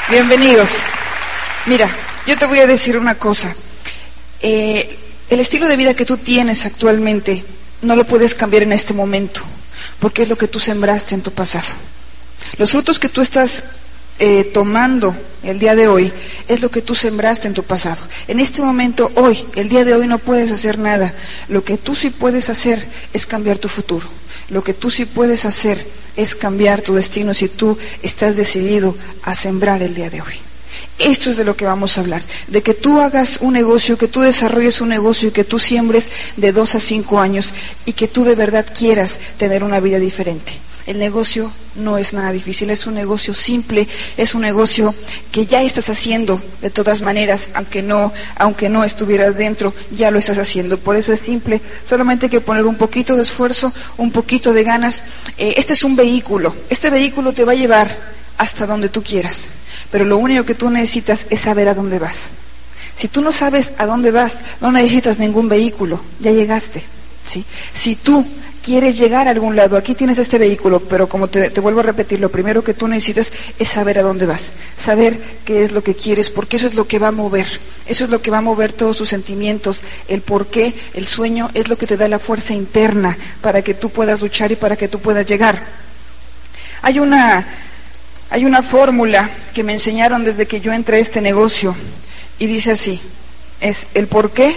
Bienvenidos. Mira, yo te voy a decir una cosa. El estilo de vida que tú tienes actualmente no lo puedes cambiar en este momento, porque es lo que tú sembraste en tu pasado. Los frutos que tú estás tomando el día de hoy es lo que tú sembraste en tu pasado. En este momento, hoy, el día de hoy, no puedes hacer nada. Lo que tú sí puedes hacer es cambiar tu futuro. Lo que tú sí puedes hacer es cambiar tu destino si tú estás decidido a sembrar el día de hoy. Esto es de lo que vamos a hablar, de que tú hagas un negocio, que tú desarrolles un negocio y que tú siembres de 2 a 5 años y que tú de verdad quieras tener una vida diferente. El negocio no es nada difícil, es un negocio simple, es un negocio que ya estás haciendo de todas maneras, aunque no estuvieras dentro, ya lo estás haciendo. Por eso es simple, solamente hay que poner un poquito de esfuerzo, un poquito de ganas. Este es un vehículo, este vehículo te va a llevar hasta donde tú quieras, pero lo único que tú necesitas es saber a dónde vas. Si tú no sabes a dónde vas, no necesitas ningún vehículo, ya llegaste, ¿sí? Si tú quieres llegar a algún lado, aquí tienes este vehículo, pero como te vuelvo a repetir, lo primero que tú necesitas es saber a dónde vas, saber qué es lo que quieres, porque eso es lo que va a mover, eso es lo que va a mover todos tus sentimientos, el por qué, el sueño es lo que te da la fuerza interna para que tú puedas luchar y para que tú puedas llegar. Hay una fórmula que me enseñaron desde que yo entré a este negocio y dice así, es el por qué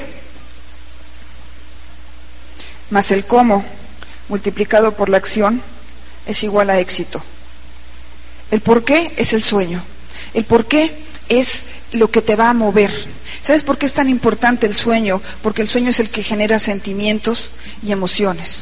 más el cómo multiplicado por la acción es igual a éxito. El por qué es el sueño. El por qué es lo que te va a mover. ¿Sabes por qué es tan importante el sueño? Porque el sueño es el que genera sentimientos y emociones.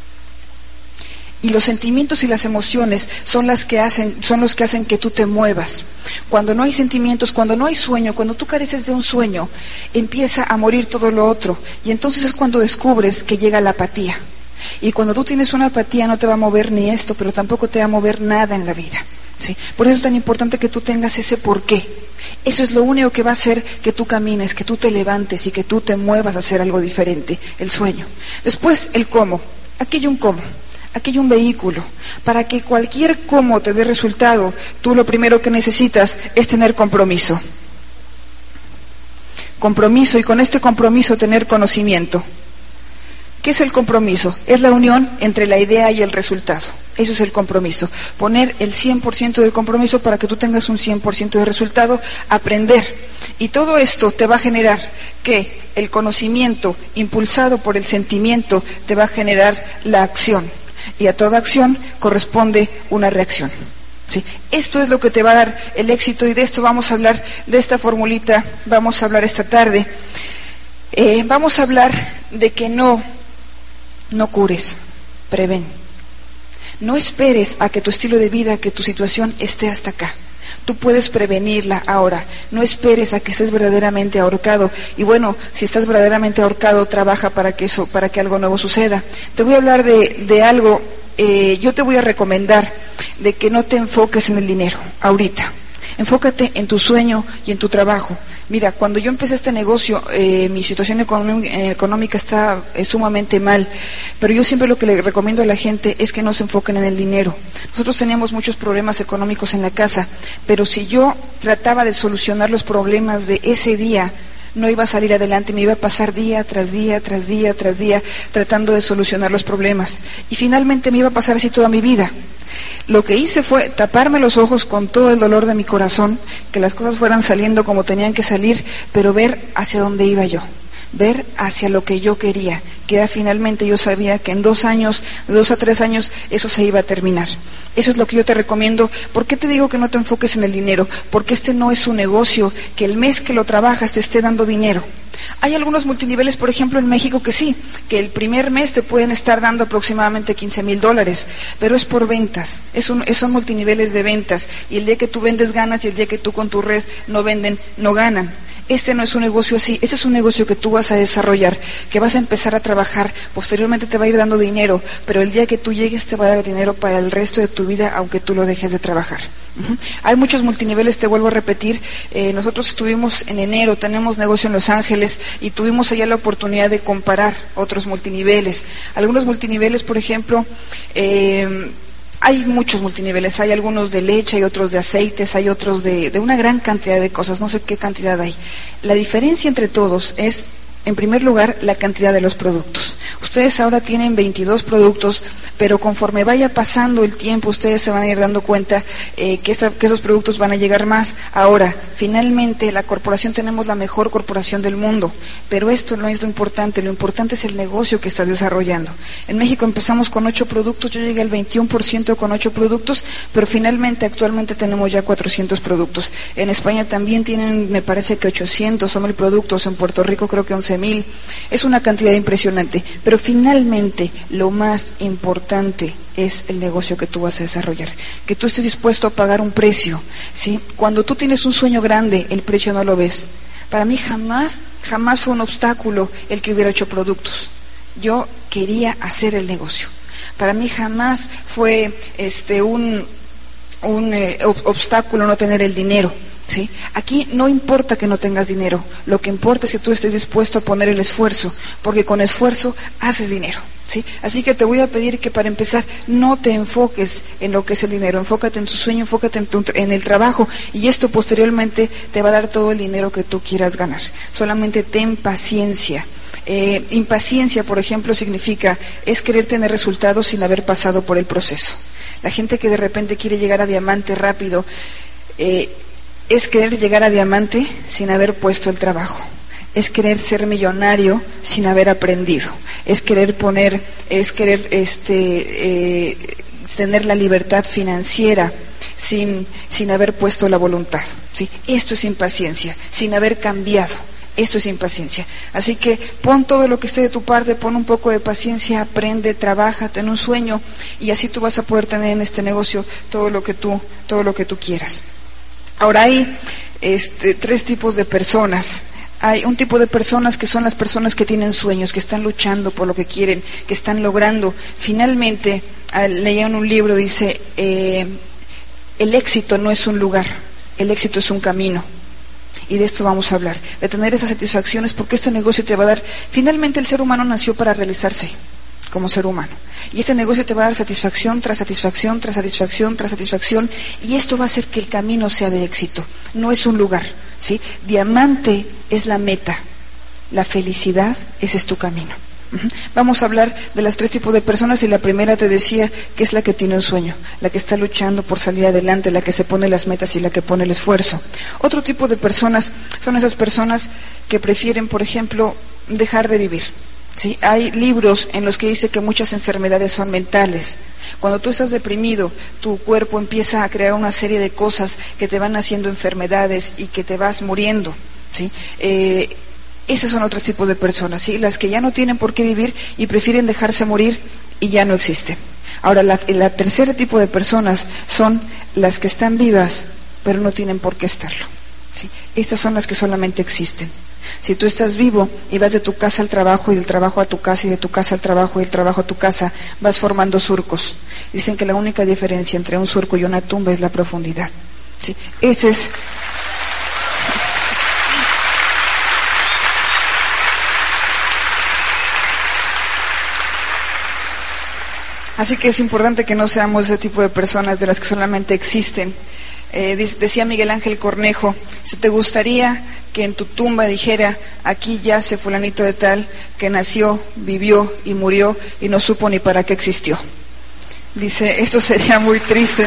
Y los sentimientos y las emociones son los que hacen que tú te muevas. Cuando no hay sentimientos, cuando no hay sueño, cuando tú careces de un sueño, empieza a morir todo lo otro. Y entonces es cuando descubres que llega la apatía. Y cuando tú tienes una apatía no te va a mover ni esto, pero tampoco te va a mover nada en la vida, ¿sí? Por eso es tan importante que tú tengas ese porqué. Eso es lo único que va a hacer que tú camines, que tú te levantes y que tú te muevas a hacer algo diferente, el sueño. Después, el cómo. Aquí hay un cómo. Aquí hay un vehículo. Para que cualquier cómo te dé resultado, tú lo primero que necesitas es tener compromiso. Compromiso, y con este compromiso tener conocimiento. ¿Qué es el compromiso? Es la unión entre la idea y el resultado. Eso es el compromiso. Poner el 100% del compromiso para que tú tengas un 100% de resultado, aprender. Y todo esto te va a generar que el conocimiento impulsado por el sentimiento te va a generar la acción. Y a toda acción corresponde una reacción, ¿sí? Esto es lo que te va a dar el éxito, y de esto vamos a hablar, de esta formulita vamos a hablar esta tarde. Vamos a hablar de que no cures, prevén. No esperes a que tu estilo de vida, que tu situación esté hasta acá. Tú puedes prevenirla ahora. No esperes a que estés verdaderamente ahorcado. Y bueno, si estás verdaderamente ahorcado, trabaja para que algo nuevo suceda. Te voy a hablar de algo. Yo te voy a recomendar de que no te enfoques en el dinero ahorita. Enfócate en tu sueño y en tu trabajo. Mira, cuando yo empecé este negocio, mi situación económica está sumamente mal, pero yo siempre lo que le recomiendo a la gente es que no se enfoquen en el dinero. Nosotros teníamos muchos problemas económicos en la casa, pero si yo trataba de solucionar los problemas de ese día, no iba a salir adelante, me iba a pasar día tras día, tras día, tras día, tratando de solucionar los problemas. Y finalmente me iba a pasar así toda mi vida. Lo que hice fue taparme los ojos con todo el dolor de mi corazón, que las cosas fueran saliendo como tenían que salir, pero ver hacia dónde iba yo, ver hacia lo que yo quería, que era finalmente yo sabía que en 2 años, 2 a 3 años, eso se iba a terminar. Eso es lo que yo te recomiendo. ¿Por qué te digo que no te enfoques en el dinero? Porque este no es un negocio que el mes que lo trabajas te esté dando dinero. Hay algunos multiniveles, por ejemplo, en México que sí, que el primer mes te pueden estar dando aproximadamente $15,000, pero es por ventas, son multiniveles de ventas, y el día que tú vendes ganas y el día que tú con tu red no venden, no ganan. Este no es un negocio así, este es un negocio que tú vas a desarrollar, que vas a empezar a trabajar, posteriormente te va a ir dando dinero, pero el día que tú llegues te va a dar dinero para el resto de tu vida, aunque tú lo dejes de trabajar. Hay muchos multiniveles, te vuelvo a repetir. Nosotros estuvimos en enero, tenemos negocio en Los Ángeles y tuvimos allá la oportunidad de comparar otros multiniveles. Algunos multiniveles, por ejemplo, hay muchos multiniveles, hay algunos de leche, hay otros de aceites, hay otros de una gran cantidad de cosas, no sé qué cantidad hay. La diferencia entre todos es, en primer lugar, la cantidad de los productos. Ustedes ahora tienen 22 productos, pero conforme vaya pasando el tiempo, ustedes se van a ir dando cuenta que esos productos van a llegar más. Ahora, finalmente, la corporación, tenemos la mejor corporación del mundo, pero esto no es lo importante es el negocio que estás desarrollando. En México empezamos con 8 productos, yo llegué al 21% con 8 productos, pero finalmente, actualmente tenemos ya 400 productos. En España también tienen, me parece que 800 o 1000 productos, en Puerto Rico creo que 11,000, es una cantidad impresionante, pero finalmente lo más importante es el negocio que tú vas a desarrollar, que tú estés dispuesto a pagar un precio, ¿sí? Cuando tú tienes un sueño grande, el precio no lo ves. Para mí jamás fue un obstáculo el que hubiera 8 productos. Yo quería hacer el negocio. Para mí jamás fue un obstáculo no tener el dinero. ¿Sí? Aquí no importa que no tengas dinero, lo que importa es que tú estés dispuesto a poner el esfuerzo, porque con esfuerzo haces dinero, ¿sí? Así que te voy a pedir que, para empezar, no te enfoques en lo que es el dinero, enfócate en tu sueño, enfócate en el trabajo, y esto posteriormente te va a dar todo el dinero que tú quieras ganar. Solamente ten paciencia. Impaciencia, por ejemplo, es querer tener resultados sin haber pasado por el proceso. La gente que de repente quiere llegar a diamante rápido, es querer llegar a diamante sin haber puesto el trabajo. Es querer ser millonario sin haber aprendido. Es querer tener la libertad financiera sin haber puesto la voluntad, ¿sí? Esto es impaciencia, sin haber cambiado. Esto es impaciencia. Así que pon todo lo que esté de tu parte, pon un poco de paciencia, aprende, trabaja, ten un sueño, y así tú vas a poder tener en este negocio todo lo que tú quieras. Ahora hay 3 tipos de personas. Hay un tipo de personas que son las personas que tienen sueños, que están luchando por lo que quieren, que están logrando. Finalmente, leía en un libro, dice, el éxito no es un lugar, el éxito es un camino. Y de esto vamos a hablar, de tener esas satisfacciones, porque este negocio te va a dar. Finalmente, el ser humano nació para realizarse como ser humano, y este negocio te va a dar satisfacción tras satisfacción, tras satisfacción, tras satisfacción, y esto va a hacer que el camino sea de éxito, no es un lugar, ¿sí? Diamante es la meta, la felicidad, ese es tu camino. Vamos a hablar de las 3 tipos de personas, y la primera te decía que es la que tiene un sueño, la que está luchando por salir adelante, la que se pone las metas y la que pone el esfuerzo. Otro tipo de personas son esas personas que prefieren, por ejemplo, dejar de vivir. ¿Sí? Hay libros en los que dice que muchas enfermedades son mentales. Cuando tú estás deprimido, tu cuerpo empieza a crear una serie de cosas que te van haciendo enfermedades y que te vas muriendo, ¿sí? Esos son otros tipos de personas, ¿sí? Las que ya no tienen por qué vivir y prefieren dejarse morir y ya no existen. Ahora, la tercer tipo de personas son las que están vivas, pero no tienen por qué estarlo, ¿sí? Estas son las que solamente existen. Si tú estás vivo y vas de tu casa al trabajo y del trabajo a tu casa y de tu casa al trabajo y del trabajo a tu casa, vas formando surcos. Dicen que la única diferencia entre un surco y una tumba es la profundidad, ¿sí? Ese es. Así que es importante que no seamos ese tipo de personas de las que solamente existen. Decía Miguel Ángel Cornejo, si te gustaría que en tu tumba dijera, aquí yace fulanito de tal, que nació, vivió y murió y no supo ni para qué existió. Dice, esto sería muy triste.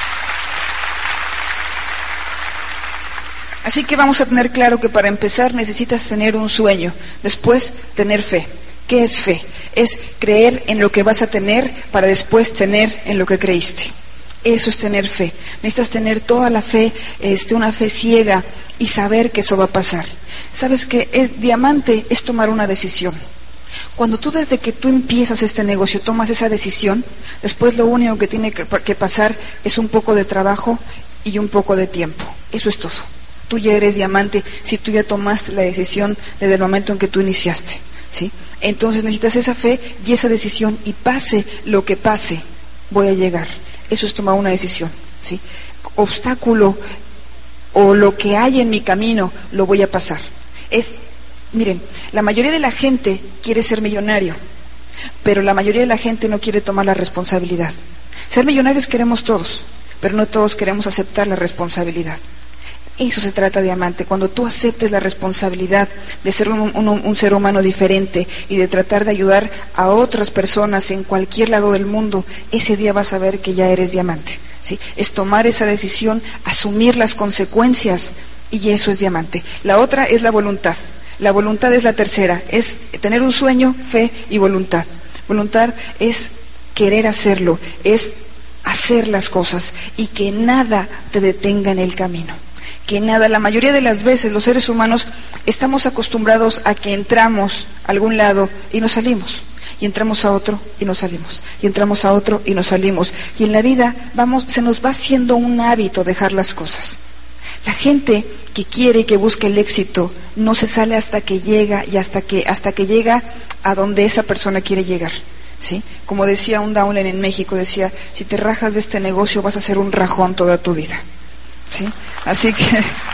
Así que vamos a tener claro que para empezar necesitas tener un sueño, después tener fe. ¿Qué es fe? Es creer en lo que vas a tener para después tener en lo que creíste. Eso es tener fe. Necesitas tener toda la fe, una fe ciega, y saber que eso va a pasar. ¿Sabes qué? Diamante es tomar una decisión. Cuando tú, desde que tú empiezas este negocio, tomas esa decisión, después lo único que tiene que pasar es un poco de trabajo y un poco de tiempo. Eso es todo. Tú ya eres diamante si tú ya tomaste la decisión desde el momento en que tú iniciaste, ¿sí? Entonces necesitas esa fe y esa decisión, y pase lo que pase, voy a llegar. Eso es tomar una decisión, ¿sí? Obstáculo o lo que hay en mi camino, lo voy a pasar. Miren, la mayoría de la gente quiere ser millonario, pero la mayoría de la gente no quiere tomar la responsabilidad. Ser millonarios queremos todos, pero no todos queremos aceptar la responsabilidad. Eso se trata, diamante, cuando tú aceptes la responsabilidad de ser un ser humano diferente y de tratar de ayudar a otras personas en cualquier lado del mundo, ese día vas a ver que ya eres diamante, ¿sí? Es tomar esa decisión, asumir las consecuencias, y eso es diamante. La otra es la voluntad. La voluntad es la tercera, es tener un sueño, fe y voluntad. Voluntad es querer hacerlo, es hacer las cosas y que nada te detenga en el camino. Que nada, la mayoría de las veces los seres humanos estamos acostumbrados a que entramos a algún lado y nos salimos, y entramos a otro y nos salimos, y entramos a otro y nos salimos, y en la vida se nos va haciendo un hábito dejar las cosas. La gente que quiere y que busca el éxito no se sale hasta que llega y hasta que llega a donde esa persona quiere llegar, ¿sí? Como decía un downline en México, decía, si te rajas de este negocio vas a ser un rajón toda tu vida, ¿sí? Así que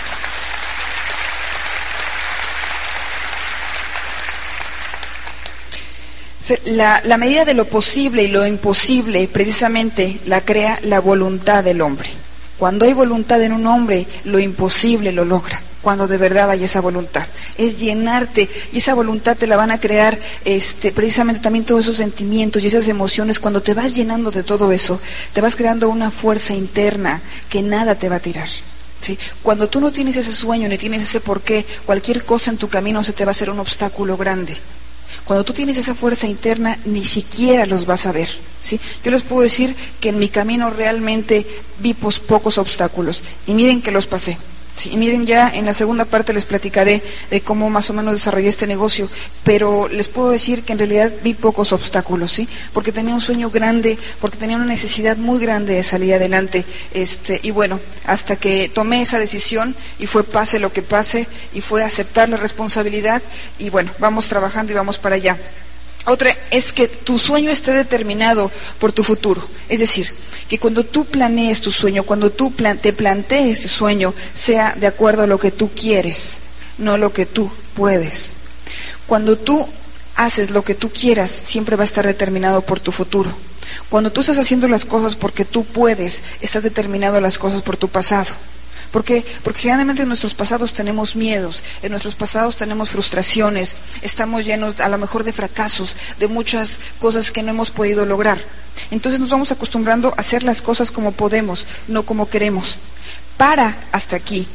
la medida de lo posible y lo imposible precisamente la crea la voluntad del hombre. Cuando hay voluntad en un hombre, lo imposible lo logra. Cuando de verdad hay esa voluntad, es llenarte, y esa voluntad te la van a crear precisamente también todos esos sentimientos y esas emociones. Cuando te vas llenando de todo eso, te vas creando una fuerza interna que nada te va a tirar, ¿sí? Cuando tú no tienes ese sueño ni tienes ese porqué, cualquier cosa en tu camino se te va a hacer un obstáculo grande. Cuando tú tienes esa fuerza interna, ni siquiera los vas a ver, ¿sí? Yo les puedo decir que en mi camino realmente vi pocos obstáculos, y miren que los pasé. Sí, y miren, ya en la segunda parte les platicaré de cómo más o menos desarrollé este negocio, pero les puedo decir que en realidad vi pocos obstáculos, ¿sí? Porque tenía un sueño grande, porque tenía una necesidad muy grande de salir adelante, y bueno, hasta que tomé esa decisión, y fue pase lo que pase, y fue aceptar la responsabilidad, y bueno, vamos trabajando y vamos para allá. Otra es que tu sueño esté determinado por tu futuro, es decir, que cuando tú planees tu sueño, cuando tú te plantees tu sueño, sea de acuerdo a lo que tú quieres, no lo que tú puedes. Cuando tú haces lo que tú quieras, siempre va a estar determinado por tu futuro. Cuando tú estás haciendo las cosas porque tú puedes, estás determinado a las cosas por tu pasado. ¿Por qué? Porque generalmente en nuestros pasados tenemos miedos, en nuestros pasados tenemos frustraciones, estamos llenos a lo mejor de fracasos, de muchas cosas que no hemos podido lograr. Entonces nos vamos acostumbrando a hacer las cosas como podemos, no como queremos. Para hasta aquí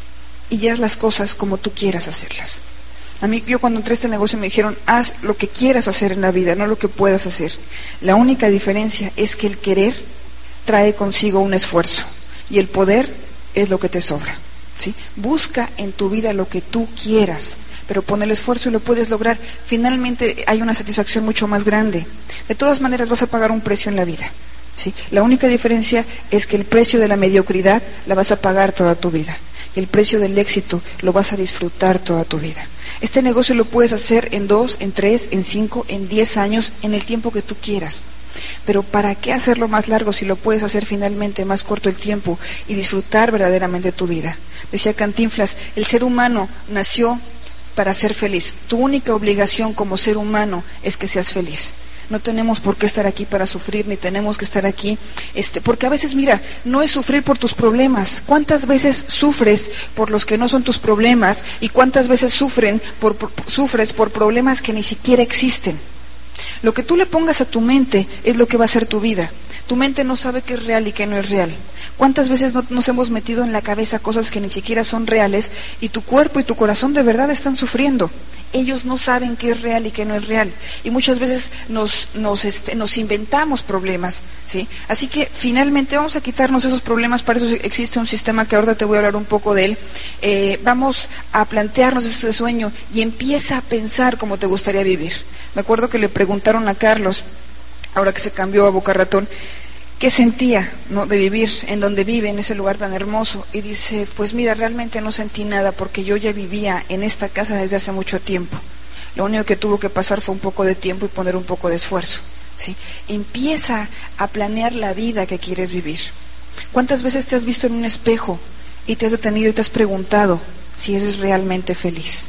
y haz las cosas como tú quieras hacerlas. Yo cuando entré a este negocio me dijeron, haz lo que quieras hacer en la vida, no lo que puedas hacer. La única diferencia es que el querer trae consigo un esfuerzo y el poder es lo que te sobra, ¿sí? Busca en tu vida lo que tú quieras, pero pon el esfuerzo y lo puedes lograr. Finalmente hay una satisfacción mucho más grande. De todas maneras vas a pagar un precio en la vida, ¿sí? La única diferencia es que el precio de la mediocridad la vas a pagar toda tu vida, y el precio del éxito lo vas a disfrutar toda tu vida. Este negocio lo puedes hacer en 2, en 3, en 5, en 10 años, en el tiempo que tú quieras. Pero ¿para qué hacerlo más largo si lo puedes hacer finalmente más corto el tiempo y disfrutar verdaderamente tu vida? Decía Cantinflas, el ser humano nació para ser feliz. Tu única obligación como ser humano es que seas feliz. No tenemos por qué estar aquí para sufrir, ni tenemos que estar aquí, porque a veces, mira, no es sufrir por tus problemas. ¿Cuántas veces sufres por los que no son tus problemas? ¿Y cuántas veces sufres por problemas que ni siquiera existen? Lo que tú le pongas a tu mente es lo que va a ser tu vida. Tu mente no sabe qué es real y qué no es real. ¿Cuántas veces nos hemos metido en la cabeza cosas que ni siquiera son reales y tu cuerpo y tu corazón de verdad están sufriendo? Ellos no saben qué es real y qué no es real. Y muchas veces nos inventamos problemas, ¿sí? Así que finalmente vamos a quitarnos esos problemas. Para eso existe un sistema que ahora te voy a hablar un poco de él. Vamos a plantearnos ese sueño y empieza a pensar cómo te gustaría vivir. Me acuerdo que le preguntaron a Carlos, ahora que se cambió a Boca Ratón, qué sentía, ¿no?, de vivir en donde vive, en ese lugar tan hermoso. Y dice, pues mira, realmente no sentí nada porque yo ya vivía en esta casa desde hace mucho tiempo. Lo único que tuvo que pasar fue un poco de tiempo y poner un poco de esfuerzo, ¿sí? Empieza a planear la vida que quieres vivir. ¿Cuántas veces te has visto en un espejo y te has detenido y te has preguntado si eres realmente feliz?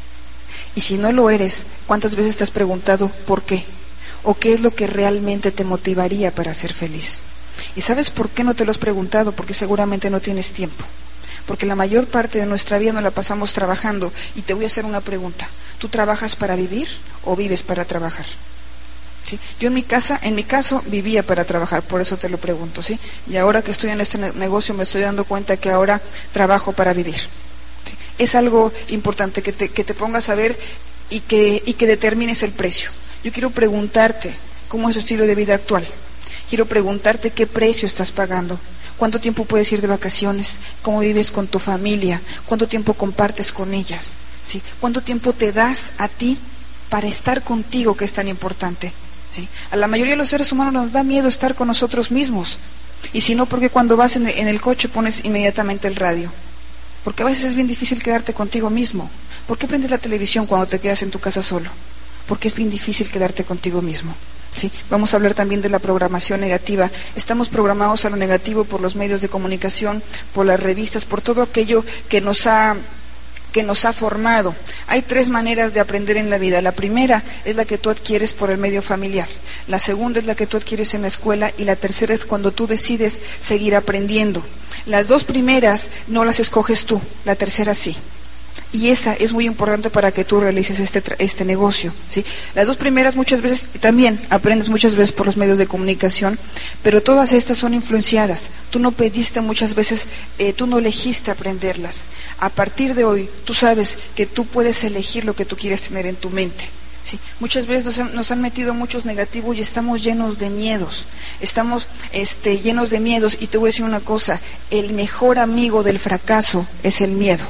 Y si no lo eres, ¿cuántas veces te has preguntado por qué? ¿O qué es lo que realmente te motivaría para ser feliz? ¿Y sabes por qué no te lo has preguntado? Porque seguramente no tienes tiempo. Porque la mayor parte de nuestra vida nos la pasamos trabajando. Y te voy a hacer una pregunta. ¿Tú trabajas para vivir o vives para trabajar? ¿Sí? Yo en mi caso vivía para trabajar, por eso te lo pregunto, ¿sí? Y ahora que estoy en este negocio me estoy dando cuenta que ahora trabajo para vivir. ¿Sí? Es algo importante que te pongas a ver y que determines el precio. Yo quiero preguntarte cómo es tu estilo de vida actual. Quiero preguntarte qué precio estás pagando. ¿Cuánto tiempo puedes ir de vacaciones? ¿Cómo vives con tu familia? ¿Cuánto tiempo compartes con ellas? ¿Sí? ¿Cuánto tiempo te das a ti para estar contigo, que es tan importante? ¿Sí? A la mayoría de los seres humanos nos da miedo estar con nosotros mismos. Y si no, porque cuando vas en el coche pones inmediatamente el radio. Porque a veces es bien difícil quedarte contigo mismo. ¿Por qué prendes la televisión cuando te quedas en tu casa solo? Porque es bien difícil quedarte contigo mismo. ¿Sí? Vamos a hablar también de la programación negativa. Estamos programados a lo negativo por los medios de comunicación, por las revistas, por todo aquello que nos ha formado. Hay 3 maneras de aprender en la vida. La primera es la que tú adquieres por el medio familiar. La segunda es la que tú adquieres en la escuela. Y la tercera es cuando tú decides seguir aprendiendo. Las 2 primeras no las escoges tú, la tercera sí. Y esa es muy importante para que tú realices este negocio, ¿sí? Las 2 primeras muchas veces también aprendes muchas veces por los medios de comunicación, pero todas estas son influenciadas. Tú no pediste muchas veces, tú no elegiste aprenderlas. A partir de hoy, tú sabes que tú puedes elegir lo que tú quieres tener en tu mente. ¿Sí? Muchas veces nos han metido muchos negativos y estamos llenos de miedos. Estamos llenos de miedos, y te voy a decir una cosa: el mejor amigo del fracaso es el miedo.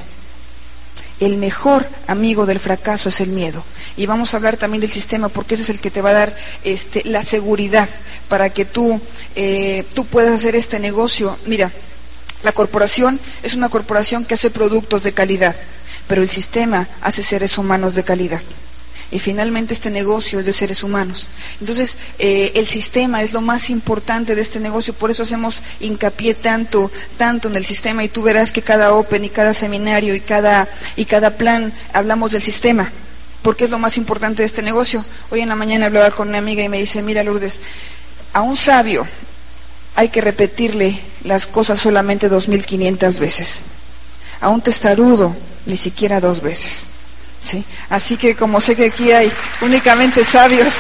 El mejor amigo del fracaso es el miedo. Y vamos a hablar también del sistema, porque ese es el que te va a dar la seguridad para que tú puedas hacer este negocio. Mira, la corporación es una corporación que hace productos de calidad, pero el sistema hace seres humanos de calidad. Y finalmente este negocio es de seres humanos. Entonces, el sistema es lo más importante de este negocio, por eso hacemos hincapié tanto en el sistema, y tú verás que cada Open y cada seminario y cada plan hablamos del sistema, porque es lo más importante de este negocio. Hoy en la mañana hablaba con una amiga y me dice: mira, Lourdes, a un sabio hay que repetirle las cosas solamente 2500 veces. A un testarudo ni siquiera 2 veces. ¿Sí? Así que como sé que aquí hay únicamente sabios,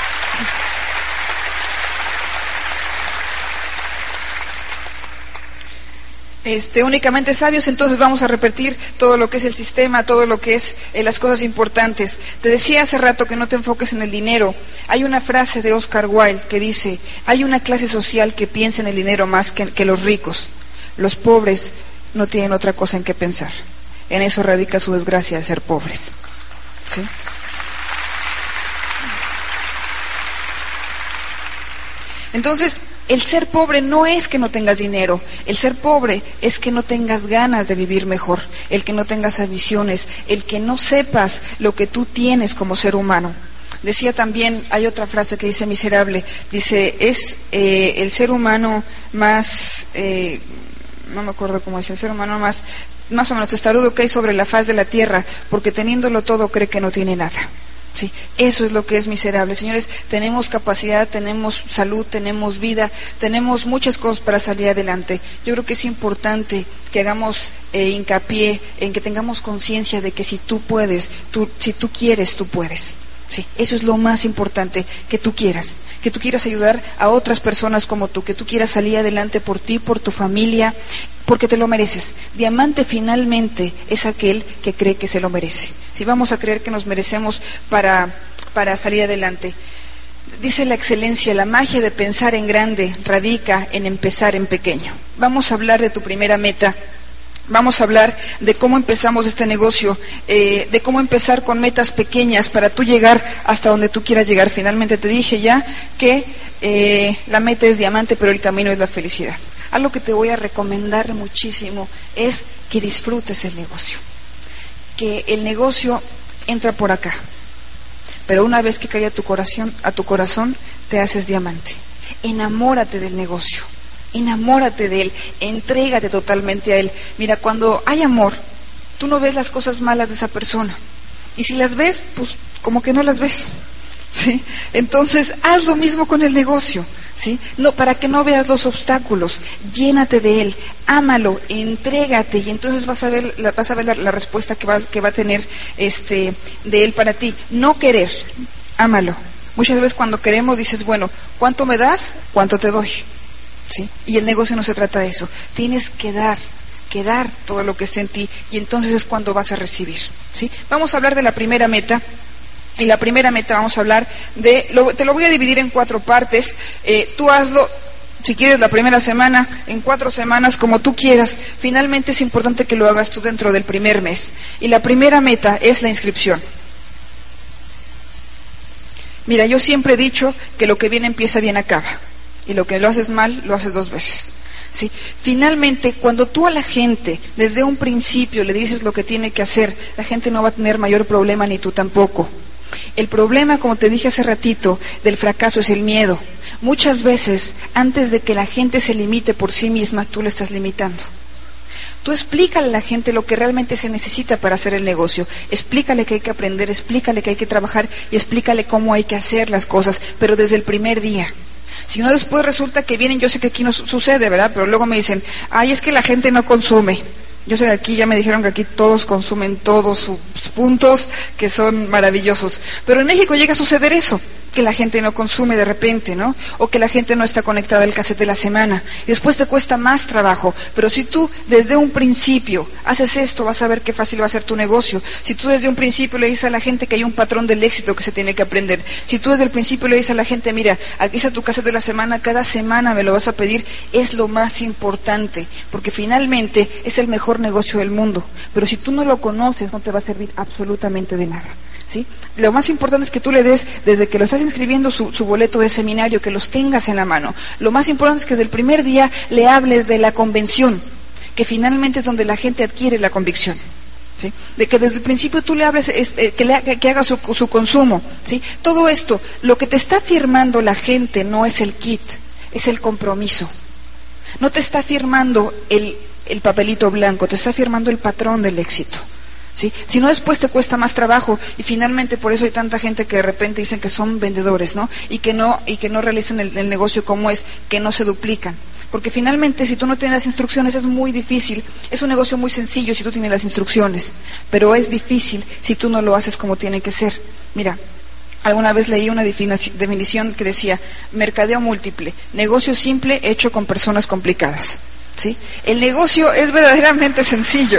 únicamente sabios, entonces vamos a repetir todo lo que es el sistema, todo lo que es las cosas importantes. Te decía hace rato que no te enfoques en el dinero. Hay una frase de Oscar Wilde que dice: hay una clase social que piensa en el dinero más que los ricos. Los pobres no tienen otra cosa en que pensar. En eso radica su desgracia de ser pobres. ¿Sí? Entonces, el ser pobre no es que no tengas dinero. El ser pobre es que no tengas ganas de vivir mejor, el que no tengas ambiciones, el que no sepas lo que tú tienes como ser humano. Decía también, hay otra frase que dice Miserable, dice: es el ser humano más, no me acuerdo cómo dice, el ser humano más o menos testarudo que hay sobre la faz de la tierra, porque teniéndolo todo cree que no tiene nada. Sí, eso es lo que es miserable. Señores, tenemos capacidad, tenemos salud, tenemos vida, tenemos muchas cosas para salir adelante. Yo creo que es importante que hagamos hincapié en que tengamos conciencia de que si tú puedes, si tú quieres, tú puedes. Sí, eso es lo más importante, que tú quieras ayudar a otras personas como tú, que tú quieras salir adelante por ti, por tu familia, porque te lo mereces. Diamante finalmente es aquel que cree que se lo merece. Si vamos a creer que nos merecemos para salir adelante. Dice la excelencia: la magia de pensar en grande radica en empezar en pequeño. Vamos a hablar de tu primera meta. Vamos a hablar de cómo empezamos este negocio, de cómo empezar con metas pequeñas para tú llegar hasta donde tú quieras llegar. Finalmente te dije ya que la meta es diamante, pero el camino es la felicidad. Algo que te voy a recomendar muchísimo es que disfrutes el negocio. Que el negocio entra por acá, pero una vez que cae a tu corazón, te haces diamante. Enamórate del negocio. Enamórate de él, entrégate totalmente a él. Mira, cuando hay amor, tú no ves las cosas malas de esa persona. Y si las ves, pues como que no las ves. ¿Sí? Entonces, haz lo mismo con el negocio. ¿sí? No, para que no veas los obstáculos, llénate de él, ámalo, entrégate, y entonces vas a ver la respuesta que va a tener de él para ti. No querer, ámalo. Muchas veces cuando queremos dices, bueno, ¿cuánto me das? ¿Cuánto te doy? ¿Sí? Y el negocio no se trata de eso. Tienes que dar todo lo que esté en ti, y entonces es cuando vas a recibir, ¿sí? Vamos a hablar de la primera meta. Y la primera meta vamos a hablar te lo voy a dividir en 4 partes. Tú hazlo, si quieres, la primera semana, en 4 semanas, como tú quieras. Finalmente es importante que lo hagas tú dentro del primer mes. Y la primera meta es la inscripción. Mira, yo siempre he dicho que lo que bien empieza, bien acaba. Y lo que lo haces mal, lo haces 2 veces. ¿Sí? Finalmente, cuando tú a la gente, desde un principio, le dices lo que tiene que hacer, la gente no va a tener mayor problema, ni tú tampoco. El problema, como te dije hace ratito, del fracaso es el miedo. Muchas veces, antes de que la gente se limite por sí misma, tú le estás limitando. Tú explícale a la gente lo que realmente se necesita para hacer el negocio. Explícale que hay que aprender, explícale que hay que trabajar y explícale cómo hay que hacer las cosas, pero desde el primer día. Si no, después resulta que vienen, yo sé que aquí no sucede, ¿verdad? Pero luego me dicen, ay, es que la gente no consume. Yo sé que aquí ya me dijeron que aquí todos consumen todos sus puntos, que son maravillosos. Pero en México llega a suceder eso, que la gente no consume de repente, ¿no? O que la gente no está conectada al cassette de la semana. Y después te cuesta más trabajo. Pero si tú desde un principio haces esto, vas a ver qué fácil va a ser tu negocio. Si tú desde un principio le dices a la gente que hay un patrón del éxito que se tiene que aprender. Si tú desde el principio le dices a la gente, mira, aquí está tu cassette de la semana, cada semana me lo vas a pedir, es lo más importante. Porque finalmente es el mejor negocio del mundo. Pero si tú no lo conoces, no te va a servir absolutamente de nada. ¿Sí? Lo más importante es que tú le des, desde que lo estás inscribiendo, su boleto de seminario, que los tengas en la mano. Lo más importante es que desde el primer día le hables de la convención, que finalmente es donde la gente adquiere la convicción. ¿Sí? De que desde el principio tú le hables, que haga su consumo. ¿Sí? Todo esto, lo que te está firmando la gente no es el kit, es el compromiso. No te está firmando el papelito blanco, te está firmando el patrón del éxito. ¿Sí? Si no, después te cuesta más trabajo, y finalmente por eso hay tanta gente que de repente dicen que son vendedores, ¿no? Y que no realizan el negocio como es, que no se duplican. Porque finalmente, si tú no tienes las instrucciones, es muy difícil. Es un negocio muy sencillo si tú tienes las instrucciones, pero es difícil si tú no lo haces como tiene que ser. Mira, alguna vez leí una definición que decía: mercadeo múltiple, negocio simple hecho con personas complicadas. ¿Sí? El negocio es verdaderamente sencillo.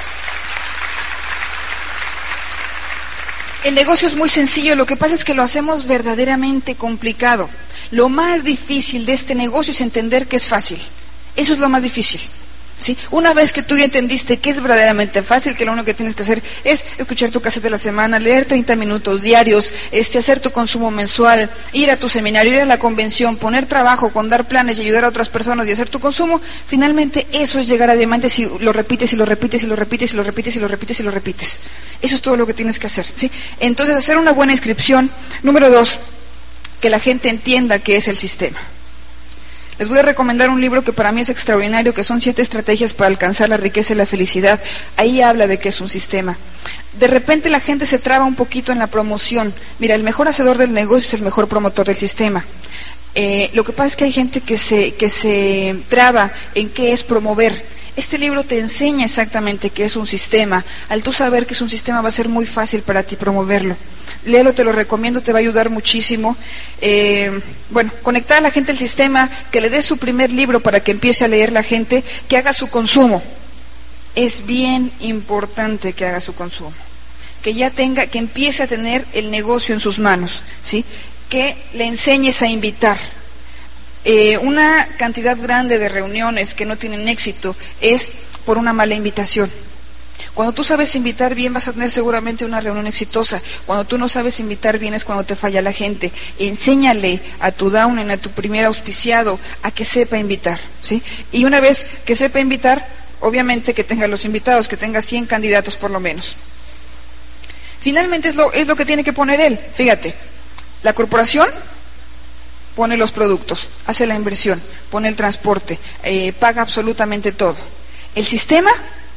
El negocio es muy sencillo, lo que pasa es que lo hacemos verdaderamente complicado. Lo más difícil de este negocio es entender que es fácil. Eso es lo más difícil. ¿Sí? Una vez que tú ya entendiste que es verdaderamente fácil, que lo único que tienes que hacer es escuchar tu cassette de la semana, leer 30 minutos diarios, hacer tu consumo mensual, ir a tu seminario, ir a la convención, poner trabajo con dar planes y ayudar a otras personas y hacer tu consumo, finalmente eso es llegar a diamante si lo repites y lo repites y lo repites y lo repites y lo repites y lo repites. Eso es todo lo que tienes que hacer. ¿Sí? Entonces, hacer una buena inscripción. Número 2, que la gente entienda qué es el sistema. Les voy a recomendar un libro que para mí es extraordinario, que son 7 estrategias para alcanzar la riqueza y la felicidad. Ahí habla de qué es un sistema. De repente la gente se traba un poquito en la promoción. Mira, el mejor hacedor del negocio es el mejor promotor del sistema. Lo que pasa es que hay gente que se traba en qué es promover. Este libro te enseña exactamente qué es un sistema. Al tú saber que es un sistema, va a ser muy fácil para ti promoverlo. Léelo, te lo recomiendo, te va a ayudar muchísimo. Conectar a la gente al sistema, que le des su primer libro para que empiece a leer la gente, que haga su consumo. Es bien importante que haga su consumo. Que empiece a tener el negocio en sus manos, ¿sí? Que le enseñes a invitar. Una cantidad grande de reuniones que no tienen éxito es por una mala invitación. Cuando tú sabes invitar bien, vas a tener seguramente una reunión exitosa. Cuando tú no sabes invitar bien es cuando te falla la gente. Enséñale a tu downline, a tu primer auspiciado, a que sepa invitar, ¿sí? Y una vez que sepa invitar, obviamente que tenga los invitados, que tenga 100 candidatos por lo menos. Finalmente es lo que tiene que poner él. Fíjate, la corporación pone los productos, hace la inversión, pone el transporte, paga absolutamente todo. El sistema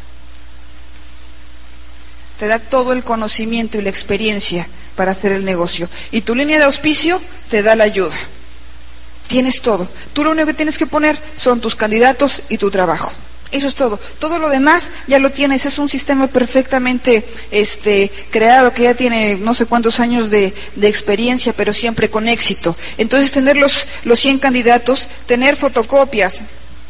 te da todo el conocimiento y la experiencia para hacer el negocio. Y tu línea de auspicio te da la ayuda. Tienes todo. Tú lo único que tienes que poner son tus candidatos y tu trabajo. Eso es todo. Todo lo demás ya lo tienes. Es un sistema perfectamente creado, que ya tiene no sé cuántos años de experiencia, pero siempre con éxito. Entonces, tener los 100 candidatos, tener fotocopias,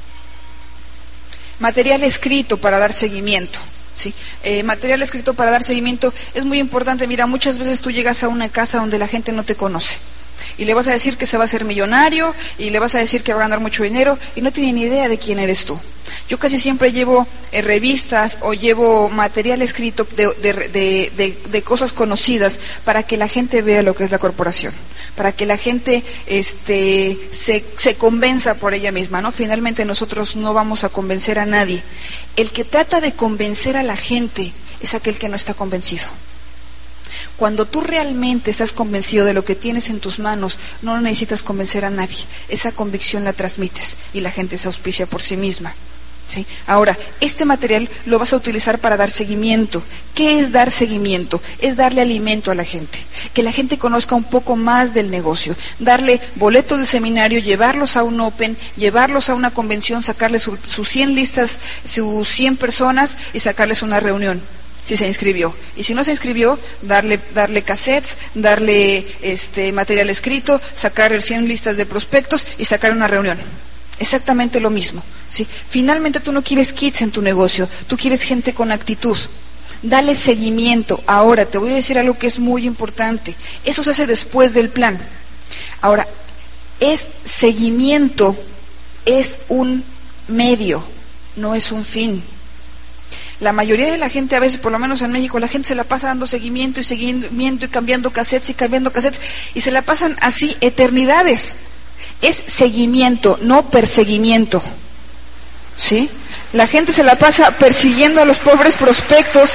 material escrito para dar seguimiento. ¿Sí? Material escrito para dar seguimiento es muy importante. Mira, muchas veces tú llegas a una casa donde la gente no te conoce. Y le vas a decir que se va a hacer millonario, y le vas a decir que va a ganar mucho dinero, y no tiene ni idea de quién eres tú. Yo casi siempre llevo revistas o llevo material escrito de cosas conocidas para que la gente vea lo que es la corporación, para que la gente se convenza por ella misma, ¿no? Finalmente nosotros no vamos a convencer a nadie. El que trata de convencer a la gente es aquel que no está convencido. Cuando tú realmente estás convencido de lo que tienes en tus manos, no necesitas convencer a nadie. Esa convicción la transmites y la gente se auspicia por sí misma. ¿Sí? Ahora, este material lo vas a utilizar para dar seguimiento. ¿Qué es dar seguimiento? Es darle alimento a la gente, que la gente conozca un poco más del negocio, darle boletos de seminario, llevarlos a un open, llevarlos a una convención, sacarles sus 100 listas, sus 100 personas y sacarles una reunión. Si se inscribió, y si no se inscribió, darle cassettes, darle material escrito, sacar 100 listas de prospectos y sacar una reunión. Exactamente lo mismo, ¿sí? Finalmente tú no quieres kits en tu negocio, tú quieres gente con actitud. Dale seguimiento. Ahora te voy a decir algo que es muy importante. Eso se hace después del plan. Ahora, seguimiento es un medio, no es un fin. La mayoría de la gente, a veces, por lo menos en México, la gente se la pasa dando seguimiento y cambiando cassettes, y se la pasan así eternidades. Es seguimiento, no perseguimiento. ¿Sí? La gente se la pasa persiguiendo a los pobres prospectos,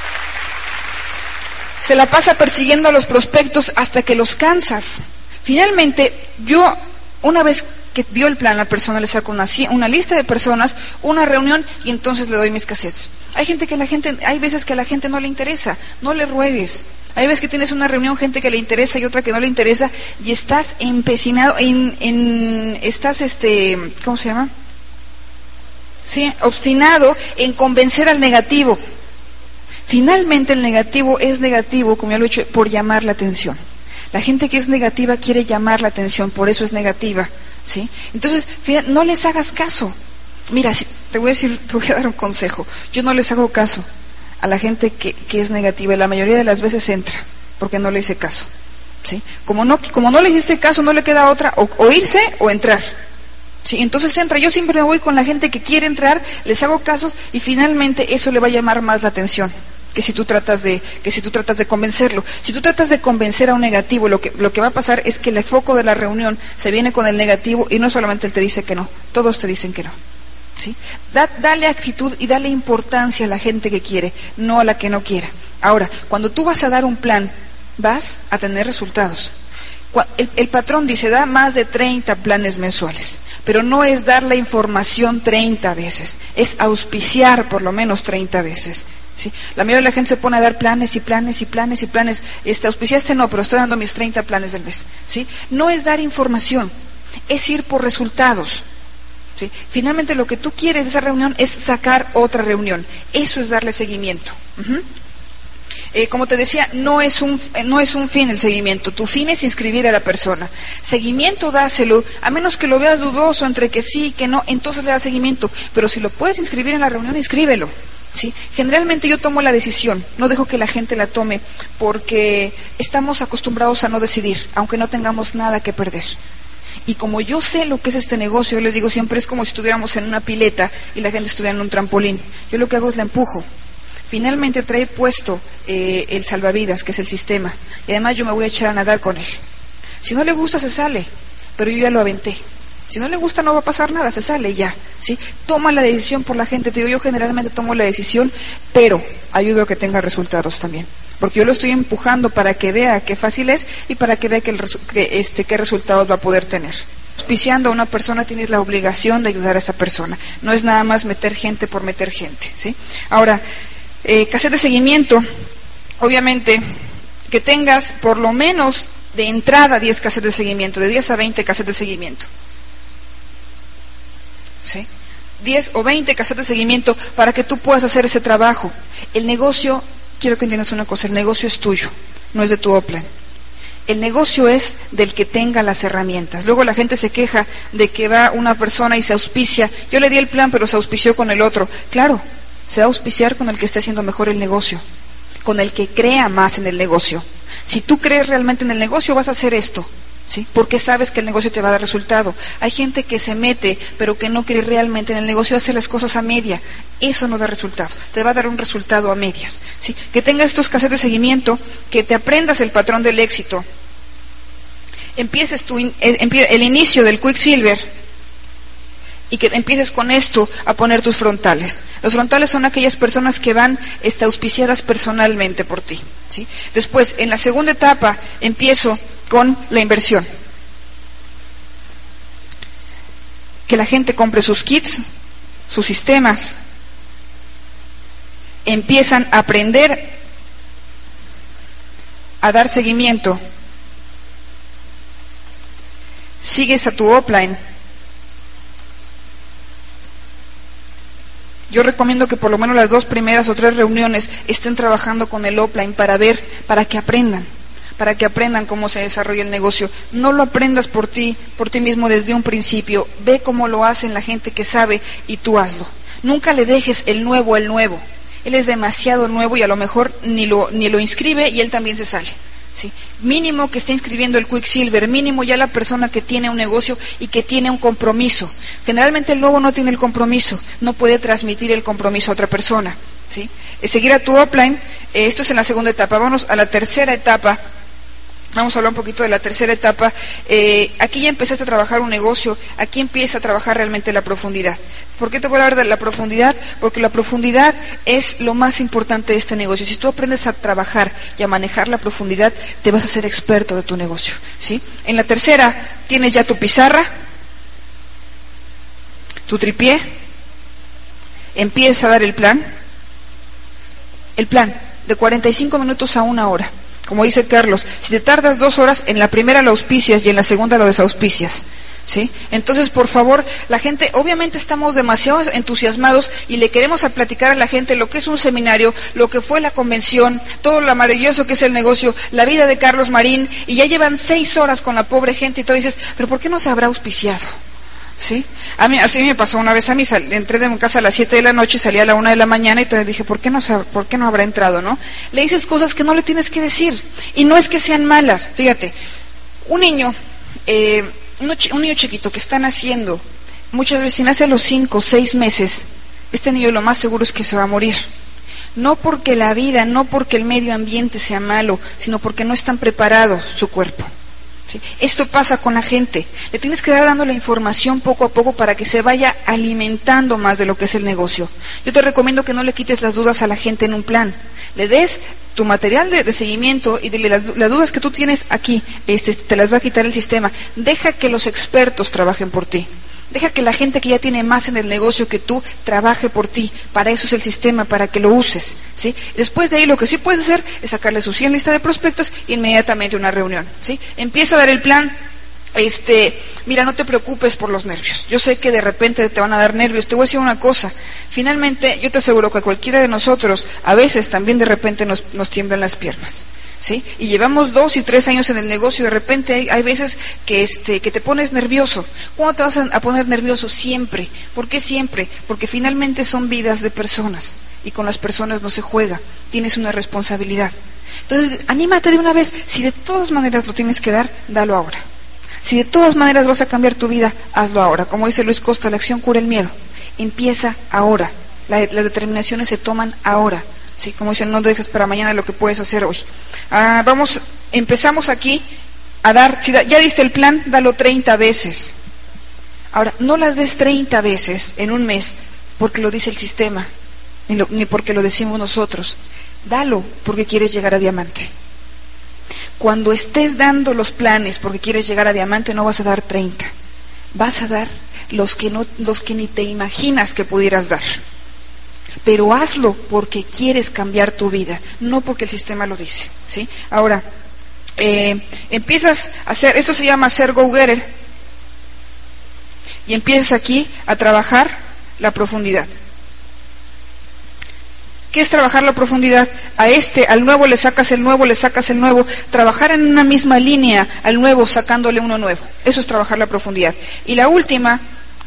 hasta que los cansas. Finalmente, una vez que vio el plan, la persona le saca una lista de personas, una reunión, y entonces le doy mis cassettes. Hay veces que a la gente no le interesa, no le ruegues. Hay veces que tienes una reunión, gente que le interesa y otra que no le interesa, y estás empecinado ¿cómo se llama? Sí, obstinado en convencer al negativo. Finalmente el negativo es negativo, como ya lo he dicho, por llamar la atención. La gente que es negativa quiere llamar la atención, por eso es negativa, ¿sí? Entonces, no les hagas caso. Mira, te voy a dar un consejo. Yo no les hago caso a la gente que es negativa, y la mayoría de las veces entra, porque no le hice caso, ¿sí? Como no le hiciste caso, no le queda otra, o irse o entrar, ¿sí? Entonces entra. Yo siempre me voy con la gente que quiere entrar, les hago casos, y finalmente eso le va a llamar más la atención que si tú tratas de convencerlo. Si tú tratas de convencer a un negativo, lo que va a pasar es que el foco de la reunión se viene con el negativo, y no solamente él te dice que no, todos te dicen que no. ¿Sí? Dale actitud y dale importancia a la gente que quiere, no a la que no quiera. Ahora, cuando tú vas a dar un plan, vas a tener resultados. El patrón dice, da más de 30 planes mensuales, pero no es dar la información 30 veces, es auspiciar por lo menos 30 veces. ¿Sí? La mayoría de la gente se pone a dar planes y planes y planes y planes. Auspiciaste, no, pero estoy dando mis 30 planes del mes. ¿Sí? No es dar información, es ir por resultados. ¿Sí? Finalmente lo que tú quieres de esa reunión es sacar otra reunión. Eso es darle seguimiento. Como te decía, no es un fin el seguimiento. Tu fin es inscribir a la persona. Seguimiento, dáselo, a menos que lo veas dudoso entre que sí y que no, entonces le das seguimiento. Pero si lo puedes inscribir en la reunión, inscríbelo. ¿Sí? Generalmente yo tomo la decisión, no dejo que la gente la tome, porque estamos acostumbrados a no decidir, aunque no tengamos nada que perder. Y como yo sé lo que es este negocio, yo les digo siempre, es como si estuviéramos en una pileta y la gente estuviera en un trampolín. Yo lo que hago es la empujo. Finalmente trae puesto el salvavidas, que es el sistema, y además yo me voy a echar a nadar con él. Si no le gusta, se sale, pero yo ya lo aventé. Si no le gusta, no va a pasar nada, se sale ya, ¿sí? Toma la decisión por la gente. Te digo, yo generalmente tomo la decisión, pero ayudo a que tenga resultados también, porque yo lo estoy empujando para que vea qué fácil es y para que vea qué resultados va a poder tener. Auspiciando a una persona, tienes la obligación de ayudar a esa persona. No es nada más meter gente por meter gente, ¿sí? Ahora, cassette de seguimiento, obviamente, que tengas por lo menos de entrada 10 cassettes de seguimiento, de 10 a 20 cassettes de seguimiento. ¿Sí? 10 o 20 cassettes de seguimiento para que tú puedas hacer ese trabajo. El negocio, quiero que entiendas una cosa, el negocio es tuyo, no es de tu upline. El negocio es del que tenga las herramientas. Luego la gente se queja de que va una persona y se auspicia. Yo le di el plan, pero se auspició con el otro. Claro, se va a auspiciar con el que esté haciendo mejor el negocio, con el que crea más en el negocio. Si tú crees realmente en el negocio, vas a hacer esto, ¿sí? Porque sabes que el negocio te va a dar resultado. Hay gente que se mete, pero que no cree realmente en el negocio, hace las cosas a media. Eso no da resultado, te va a dar un resultado a medias, ¿sí? Que tengas estos cassettes de seguimiento, que te aprendas el patrón del éxito, empieces el inicio del Quicksilver y que empieces con esto a poner tus frontales. Los frontales son aquellas personas que van auspiciadas personalmente por ti, ¿sí? Después, en la segunda etapa, empiezo con la inversión. Que la gente compre sus kits, sus sistemas, empiezan a aprender a dar seguimiento. Sigues a tu upline. Yo recomiendo que por lo menos las 2 primeras o 3 reuniones estén trabajando con el upline para que aprendan cómo se desarrolla el negocio. No lo aprendas por ti mismo desde un principio. Ve cómo lo hacen la gente que sabe y tú hazlo. Nunca le dejes el nuevo. Él es demasiado nuevo y a lo mejor ni lo inscribe y él también se sale, ¿sí? Mínimo que esté inscribiendo el Quicksilver, mínimo ya la persona que tiene un negocio y que tiene un compromiso. Generalmente el nuevo no tiene el compromiso, no puede transmitir el compromiso a otra persona, ¿sí? Seguir a tu upline, esto es en la segunda etapa. Vamos a la tercera etapa. Vamos a hablar un poquito de la tercera etapa. Aquí ya empezaste a trabajar un negocio, aquí empieza a trabajar realmente la profundidad. ¿Por qué te voy a hablar de la profundidad? Porque la profundidad es lo más importante de este negocio. Si tú aprendes a trabajar y a manejar la profundidad, te vas a ser experto de tu negocio, ¿sí? En la tercera tienes ya tu pizarra, tu tripié, empieza a dar el plan de 45 minutos a 1 hora. Como dice Carlos, si te tardas 2 horas, en la primera lo auspicias y en la segunda lo desauspicias, ¿sí? Entonces, por favor, la gente, obviamente estamos demasiado entusiasmados y le queremos platicar a la gente lo que es un seminario, lo que fue la convención, todo lo maravilloso que es el negocio, la vida de Carlos Marín, y ya llevan 6 horas con la pobre gente y tú dices, pero ¿por qué no se habrá auspiciado? ¿Sí? Así me pasó una vez a mí, entré de mi casa a las 7 de la noche y salí a la 1 de la mañana y entonces dije, ¿por qué no habrá entrado, no? Le dices cosas que no le tienes que decir, y no es que sean malas. Fíjate, un niño chiquito que está naciendo, muchas veces si nace a los 5 o 6 meses, este niño lo más seguro es que se va a morir. No porque la vida, no porque el medio ambiente sea malo, sino porque no están preparados su cuerpo, ¿sí? Esto pasa con la gente. Le tienes que dar dando la información poco a poco para que se vaya alimentando más de lo que es el negocio. Yo te recomiendo que no le quites las dudas a la gente en un plan. Le des tu material de seguimiento y dile las dudas que tú tienes aquí, te las va a quitar el sistema. Deja que los expertos trabajen por ti. Deja que la gente que ya tiene más en el negocio que tú trabaje por ti. Para eso es el sistema, para que lo uses, ¿sí? Después de ahí lo que sí puedes hacer es sacarle su 100 lista de prospectos e inmediatamente una reunión, ¿sí? Empieza a dar el plan. Mira, no te preocupes por los nervios. Yo sé que de repente te van a dar nervios. Te voy a decir una cosa. Finalmente, yo te aseguro que a cualquiera de nosotros, a veces también de repente nos tiemblan las piernas, ¿sí? Y llevamos 2 y 3 años en el negocio y de repente hay veces que te pones nervioso. ¿Cuándo te vas a poner nervioso? Siempre. ¿Por qué siempre? Porque finalmente son vidas de personas y con las personas no se juega. Tienes una responsabilidad. Entonces, anímate de una vez. Si de todas maneras lo tienes que dar, dalo ahora. Si de todas maneras vas a cambiar tu vida, hazlo ahora. Como dice Luis Costa, la acción cura el miedo. Empieza ahora. Las determinaciones se toman ahora. Sí, como dicen, no dejes para mañana lo que puedes hacer hoy. Empezamos aquí a dar, si ya diste el plan, dalo 30 veces. Ahora, no las des 30 veces en un mes porque lo dice el sistema, ni porque lo decimos nosotros. Dalo porque quieres llegar a diamante. Cuando estés dando los planes porque quieres llegar a diamante, no vas a dar 30. Vas a dar los que ni te imaginas que pudieras dar. Pero hazlo porque quieres cambiar tu vida, no porque el sistema lo dice, ¿sí? Ahora, empiezas a hacer, esto se llama ser go-getter, y empiezas aquí a trabajar la profundidad. ¿Qué es trabajar la profundidad? Al nuevo le sacas el nuevo, le sacas el nuevo, trabajar en una misma línea al nuevo sacándole uno nuevo. Eso es trabajar la profundidad. Y la última,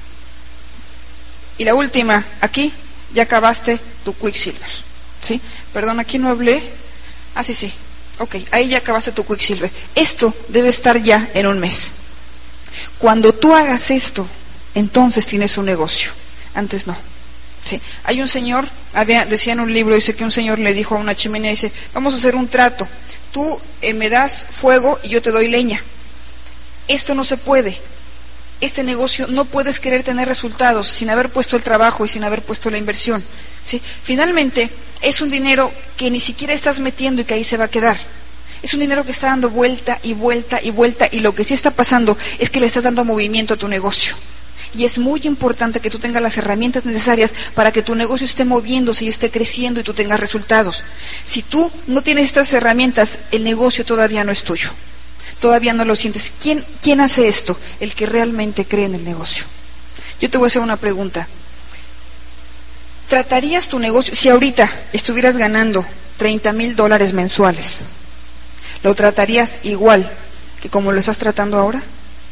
aquí ya acabaste tu Quicksilver. ¿Sí? Perdón, aquí no hablé. Sí. Ok, ahí ya acabaste tu Quicksilver. Esto debe estar ya en un mes. Cuando tú hagas esto, entonces tienes un negocio. Antes no. Sí. Hay un señor, decía en un libro, dice que un señor le dijo a una chimenea, dice, vamos a hacer un trato, tú me das fuego y yo te doy leña. Esto no se puede. Este negocio no puedes querer tener resultados sin haber puesto el trabajo y sin haber puesto la inversión. ¿Sí? Finalmente, es un dinero que ni siquiera estás metiendo y que ahí se va a quedar. Es un dinero que está dando vuelta y vuelta y vuelta, y lo que sí está pasando es que le estás dando movimiento a tu negocio. Y es muy importante que tú tengas las herramientas necesarias para que tu negocio esté moviéndose y esté creciendo y tú tengas resultados. Si tú no tienes estas herramientas, el negocio todavía no es tuyo. Todavía no lo sientes. ¿Quién hace esto? El que realmente cree en el negocio. Yo te voy a hacer una pregunta. ¿Tratarías tu negocio, si ahorita estuvieras ganando $30,000 mensuales, lo tratarías igual que como lo estás tratando ahora?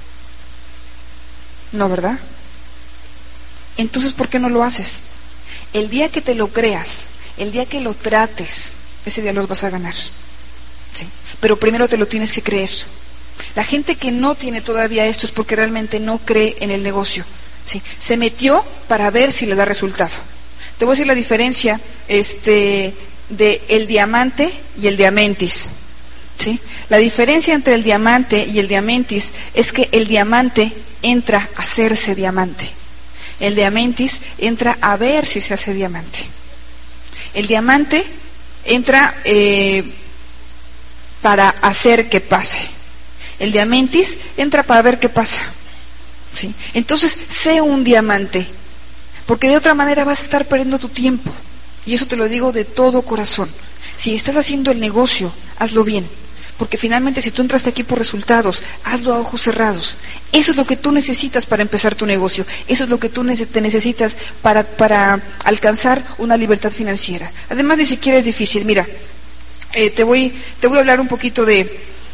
No, ¿verdad? Entonces, ¿por qué no lo haces? El día que te lo creas, el día que lo trates, ese día los vas a ganar. ¿Sí? Pero primero te lo tienes que creer. La gente que no tiene todavía esto es porque realmente no cree en el negocio. ¿Sí? Se metió para ver si le da resultado. Te voy a decir la diferencia de el diamante y el diamantis. ¿Sí? La diferencia entre el diamante y el diamantis es que el diamante entra a hacerse diamante. El diamantis entra a ver si se hace diamante. El diamante entra para hacer que pase. El diamantis entra para ver qué pasa. ¿Sí? Entonces, sé un diamante, porque de otra manera vas a estar perdiendo tu tiempo. Y eso te lo digo de todo corazón. Si estás haciendo el negocio, hazlo bien. Porque finalmente, si tú entraste aquí por resultados, hazlo a ojos cerrados. Eso es lo que tú necesitas para empezar tu negocio. Eso es lo que tú te necesitas para alcanzar una libertad financiera. Además, ni siquiera es difícil. Mira, te voy a hablar un poquito de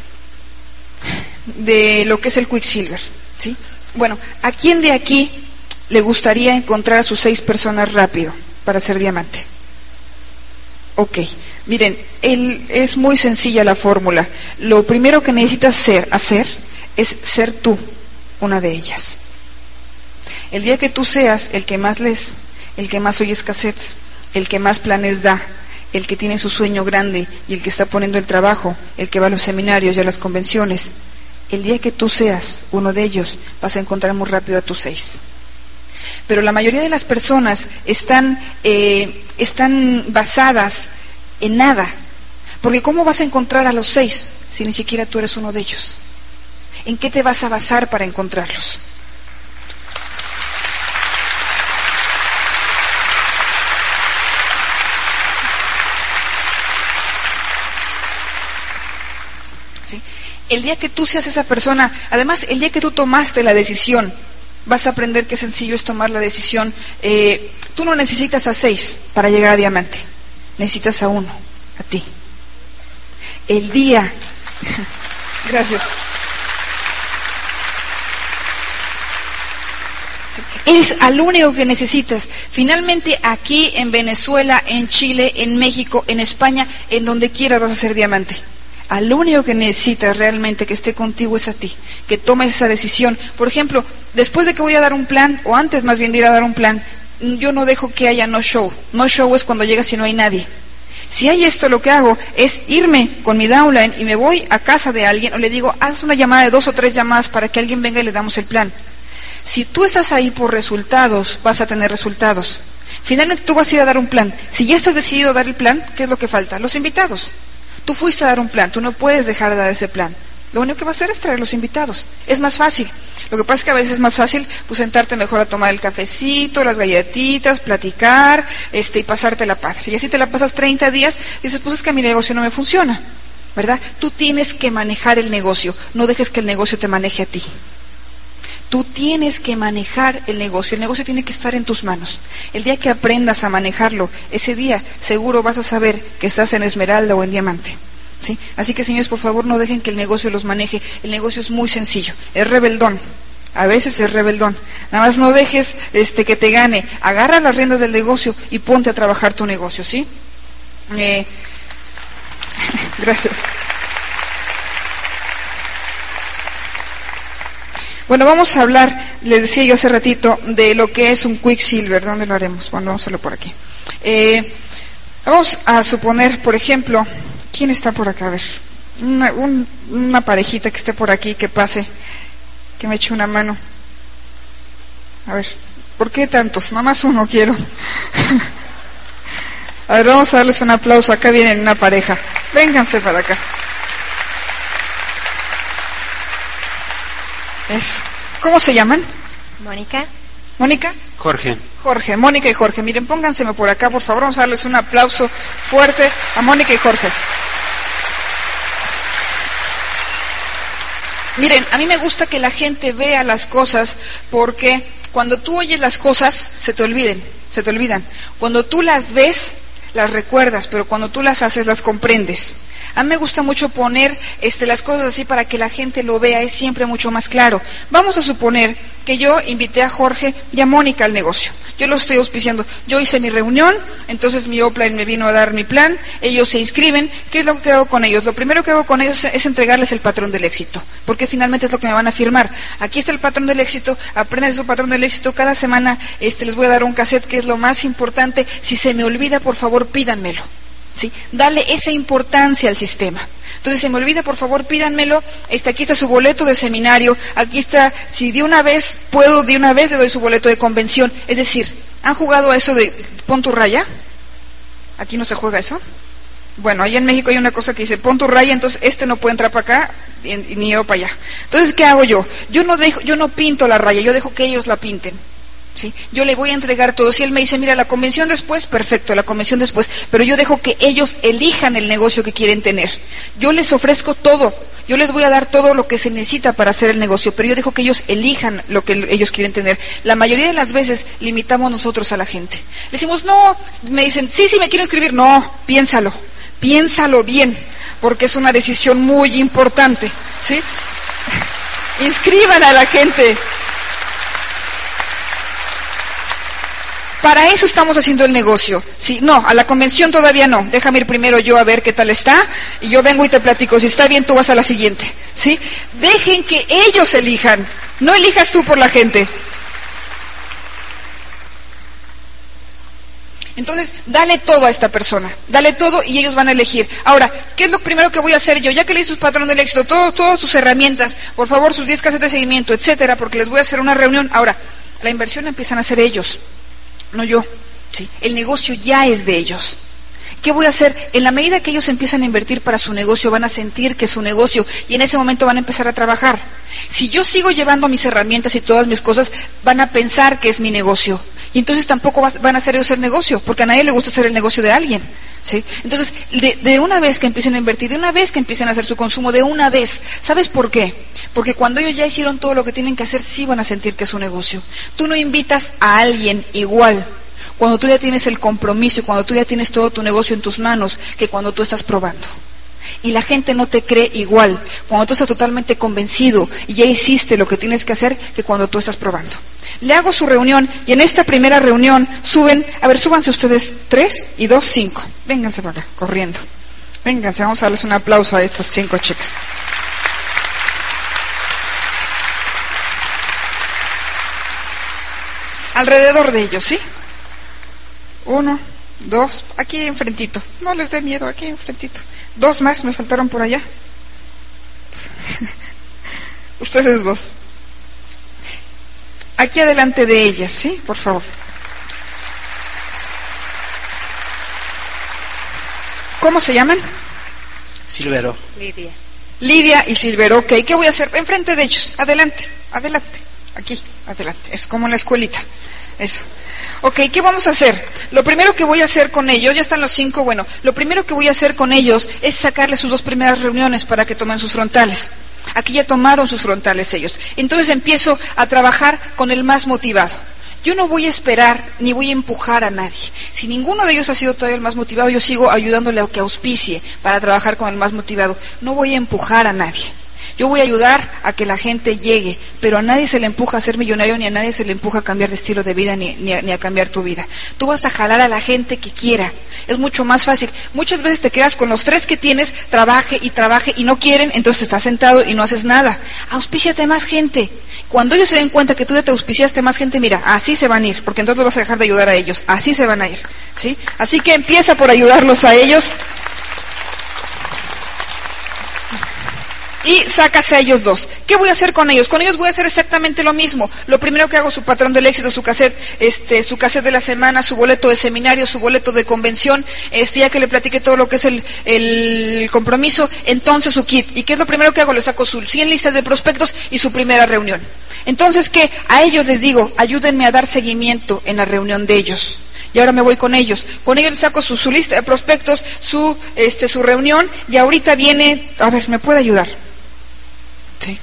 lo que es el Quicksilver. ¿Sí? Bueno, ¿a quién de aquí le gustaría encontrar a sus 6 personas rápido para ser diamante? Ok, miren, es muy sencilla la fórmula. Lo primero que necesitas hacer es ser tú una de ellas. El día que tú seas el que más lees, el que más oyes cassettes, el que más planes da, el que tiene su sueño grande y el que está poniendo el trabajo, el que va a los seminarios y a las convenciones, el día que tú seas uno de ellos, vas a encontrar muy rápido a tus 6. Pero la mayoría de las personas están basadas en nada, porque ¿cómo vas a encontrar a los 6 si ni siquiera tú eres uno de ellos? ¿En qué te vas a basar para encontrarlos? ¿Sí? El día que tú seas esa persona, además el día que tú tomaste la decisión, vas a aprender qué sencillo es tomar la decisión. Tú no necesitas a 6 para llegar a diamante, necesitas a 1, a ti. El día, gracias. Eres al único que necesitas. Finalmente, aquí en Venezuela, en Chile, en México, en España, en donde quieras vas a ser diamante. Al único que necesitas realmente que esté contigo es a ti, que tomes esa decisión. Por ejemplo, después de que voy a dar un plan, o antes más bien de ir a dar un plan, yo no dejo que haya no show. No show es cuando llegas y no hay nadie. Si hay esto, lo que hago es irme con mi downline y me voy a casa de alguien, o le digo, haz una llamada de 2 o 3 llamadas para que alguien venga y le damos el plan. Si tú estás ahí por resultados, vas a tener resultados. Finalmente tú vas a ir a dar un plan. Si ya estás decidido a dar el plan, ¿qué es lo que falta? Los invitados. Tú fuiste a dar un plan, tú no puedes dejar de dar ese plan. Lo único que vas a hacer es traer los invitados. Es más fácil. Lo que pasa es que a veces es más fácil pues sentarte mejor a tomar el cafecito, las galletitas, platicar, y pasártela padre. Y así te la pasas 30 días y dices, pues es que mi negocio no me funciona. ¿verdad? Tú tienes que manejar el negocio, no dejes que el negocio te maneje a ti. Tú tienes que manejar el negocio tiene que estar en tus manos. El día que aprendas a manejarlo, ese día seguro vas a saber que estás en esmeralda o en diamante, ¿sí? Así que, señores, por favor, no dejen que el negocio los maneje. El negocio es muy sencillo, es rebeldón. A veces es rebeldón. Nada más no dejes que te gane. Agarra las riendas del negocio y ponte a trabajar tu negocio, ¿sí? Gracias. Bueno, vamos a hablar, les decía yo hace ratito, de lo que es un Quicksilver. ¿Dónde lo haremos? Bueno, vamos a hacerlo por aquí. Vamos a suponer, por ejemplo, ¿quién está por acá? A ver, una parejita que esté por aquí, que pase, que me eche una mano. A ver, ¿por qué tantos? Nomás uno quiero. A ver, vamos a darles un aplauso. Acá vienen una pareja. Vénganse para acá. ¿Cómo se llaman? Mónica. ¿Mónica? Jorge. Jorge, Mónica y Jorge. Miren, pónganseme por acá, por favor. Vamos a darles un aplauso fuerte a Mónica y Jorge. Miren, a mí me gusta que la gente vea las cosas, porque cuando tú oyes las cosas, se te olvidan. Cuando tú las ves, las recuerdas, pero cuando tú las haces, las comprendes. A mí me gusta mucho poner las cosas así para que la gente lo vea, es siempre mucho más claro. Vamos a suponer que yo invité a Jorge y a Mónica al negocio. Yo lo estoy auspiciando. Yo hice mi reunión, entonces mi upline me vino a dar mi plan, ellos se inscriben. ¿Qué es lo que hago con ellos? Lo primero que hago con ellos es entregarles el patrón del éxito, porque finalmente es lo que me van a firmar. Aquí está el patrón del éxito, aprendan su patrón del éxito. Cada semana les voy a dar un cassette, que es lo más importante. Si se me olvida, por favor, pídanmelo. ¿Sí? Dale esa importancia al sistema. Entonces, se me olvida, por favor, pídanmelo. Aquí está su boleto de seminario. Aquí está, si de una vez puedo, de una vez le doy su boleto de convención. Es decir, ¿han jugado a eso de pon tu raya? ¿Aquí no se juega eso? Bueno, allá en México hay una cosa que dice pon tu raya, entonces no puede entrar para acá ni yo para allá. Entonces, ¿qué hago yo? Yo no pinto la raya, yo dejo que ellos la pinten. ¿Sí? Yo le voy a entregar todo. Si él me dice, mira, la convención después, perfecto, la convención después, pero yo dejo que ellos elijan el negocio que quieren tener. Yo les ofrezco todo, yo les voy a dar todo lo que se necesita para hacer el negocio, pero yo dejo que ellos elijan lo que ellos quieren tener. La mayoría de las veces limitamos nosotros a la gente. Le decimos, no, me dicen, sí, me quiero inscribir. No, piénsalo bien, porque es una decisión muy importante, ¿sí? Inscriban a la gente. Para eso estamos haciendo el negocio. Sí, no, a la convención todavía no. Déjame ir primero yo a ver qué tal está, y yo vengo y te platico. Si está bien, tú vas a la siguiente. ¿Sí? Dejen que ellos elijan. No elijas tú por la gente. Entonces, dale todo a esta persona. Dale todo y ellos van a elegir. Ahora, ¿qué es lo primero que voy a hacer yo? Ya que le di sus patrones del éxito, todas sus herramientas, por favor, sus 10 casas de seguimiento, etcétera, porque les voy a hacer una reunión. Ahora, la inversión la empiezan a hacer ellos. No yo, ¿sí? El negocio ya es de ellos. ¿Qué voy a hacer? En la medida que ellos empiezan a invertir para su negocio, van a sentir que es su negocio, y en ese momento van a empezar a trabajar. Si yo sigo llevando mis herramientas y todas mis cosas, van a pensar que es mi negocio, y entonces tampoco van a hacer ellos el negocio, porque a nadie le gusta hacer el negocio de alguien, ¿sí? Entonces, de una vez que empiecen a invertir, de una vez que empiecen a hacer su consumo, de una vez. ¿Sabes por qué? Porque cuando ellos ya hicieron todo lo que tienen que hacer, sí van a sentir que es su negocio. Tú no invitas a alguien igual cuando tú ya tienes el compromiso y cuando tú ya tienes todo tu negocio en tus manos, que cuando tú estás probando. Y la gente no te cree igual cuando tú estás totalmente convencido y ya hiciste lo que tienes que hacer, que cuando tú estás probando. Le hago su reunión, y en esta primera reunión súbanse ustedes 3 y 2, 5. Vénganse para acá, corriendo. Vénganse, vamos a darles un aplauso a estas 5 chicas. Alrededor de ellos, ¿sí? 1, 2, aquí enfrentito. No les dé miedo, aquí enfrentito. 2 más, me faltaron por allá. Ustedes 2. Aquí adelante de ellas, ¿sí? Por favor. ¿Cómo se llaman? Silvero. Lidia y Silvero, ok. ¿Qué voy a hacer? Enfrente de ellos. Adelante. Aquí, adelante. Es como en la escuelita. Eso. Ok, ¿qué vamos a hacer? Lo primero que voy a hacer con ellos, ya están los 5, bueno, lo primero que voy a hacer con ellos es sacarles sus 2 primeras reuniones para que tomen sus frontales. Aquí ya tomaron sus frontales ellos. Entonces empiezo a trabajar con el más motivado. Yo no voy a esperar ni voy a empujar a nadie. Si ninguno de ellos ha sido todavía el más motivado, yo sigo ayudándole a que auspicie para trabajar con el más motivado. No voy a empujar a nadie. Yo voy a ayudar a que la gente llegue, pero a nadie se le empuja a ser millonario, ni a nadie se le empuja a cambiar de estilo de vida, ni a cambiar tu vida. Tú vas a jalar a la gente que quiera. Es mucho más fácil. Muchas veces te quedas con los 3 que tienes, trabaje y no quieren, entonces estás sentado y no haces nada. Auspíciate más gente. Cuando ellos se den cuenta que tú ya te auspiciaste más gente, mira, así se van a ir, porque entonces vas a dejar de ayudar a ellos. Así se van a ir, ¿sí? Así que empieza por ayudarlos a ellos. Y sacas a ellos 2. ¿Qué voy a hacer con ellos? Con ellos voy a hacer exactamente lo mismo. Lo primero que hago, su patrón del éxito, su cassette de la semana, su boleto de seminario, su boleto de convención, ya que le platiqué todo lo que es el compromiso, entonces su kit. ¿Y qué es lo primero que hago? Le saco sus 100 listas de prospectos y su primera reunión. Entonces, ¿qué? A ellos les digo, ayúdenme a dar seguimiento en la reunión de ellos. Y ahora me voy con ellos. Con ellos les saco su lista de prospectos, su reunión, y ahorita viene, a ver, ¿me puede ayudar? Sí.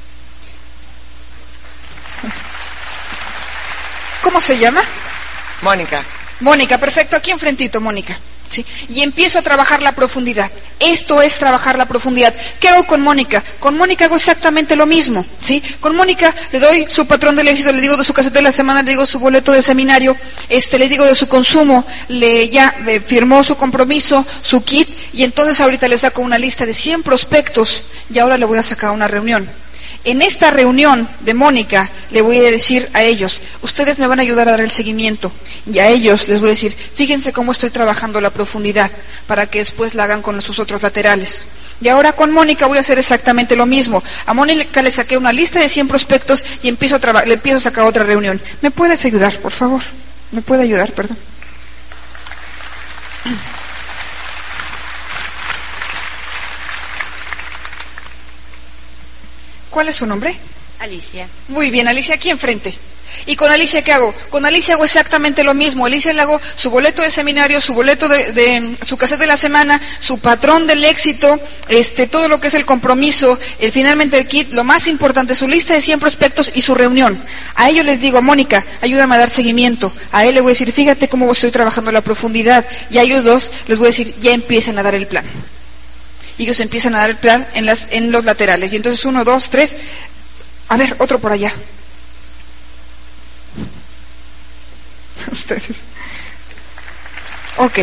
¿Cómo se llama? Mónica. Mónica, perfecto, aquí enfrentito, Mónica. ¿Sí? Y empiezo a trabajar la profundidad. Esto es trabajar la profundidad. ¿Qué hago con Mónica? Con Mónica hago exactamente lo mismo, ¿sí? Con Mónica le doy su patrón del éxito, le digo de su cassette de la semana, le digo su boleto de seminario, le digo de su consumo, ya firmó su compromiso, su kit, y entonces ahorita le saco una lista de 100 prospectos y ahora le voy a sacar una reunión. En esta reunión de Mónica le voy a decir a ellos, ustedes me van a ayudar a dar el seguimiento, y a ellos les voy a decir, fíjense cómo estoy trabajando la profundidad para que después la hagan con sus otros laterales. Y ahora con Mónica voy a hacer exactamente lo mismo. A Mónica le saqué una lista de 100 prospectos y le empiezo a sacar otra reunión. ¿Me puedes ayudar, por favor? ¿Me puede ayudar, perdón? ¿Cuál es su nombre? Alicia. Muy bien, Alicia, aquí enfrente. ¿Y con Alicia qué hago? Con Alicia hago exactamente lo mismo. Alicia le hago su boleto de seminario, su boleto de su cassette de la semana, su patrón del éxito, todo lo que es el compromiso, finalmente el kit, lo más importante, su lista de 100 prospectos y su reunión. A ellos les digo, Mónica, ayúdame a dar seguimiento. A él le voy a decir, fíjate cómo estoy trabajando la profundidad. Y a ellos 2 les voy a decir, ya empiecen a dar el plan. Y ellos empiezan a dar el plan en los laterales. Y entonces 1, 2, 3, a ver, otro por allá. Ustedes. Ok.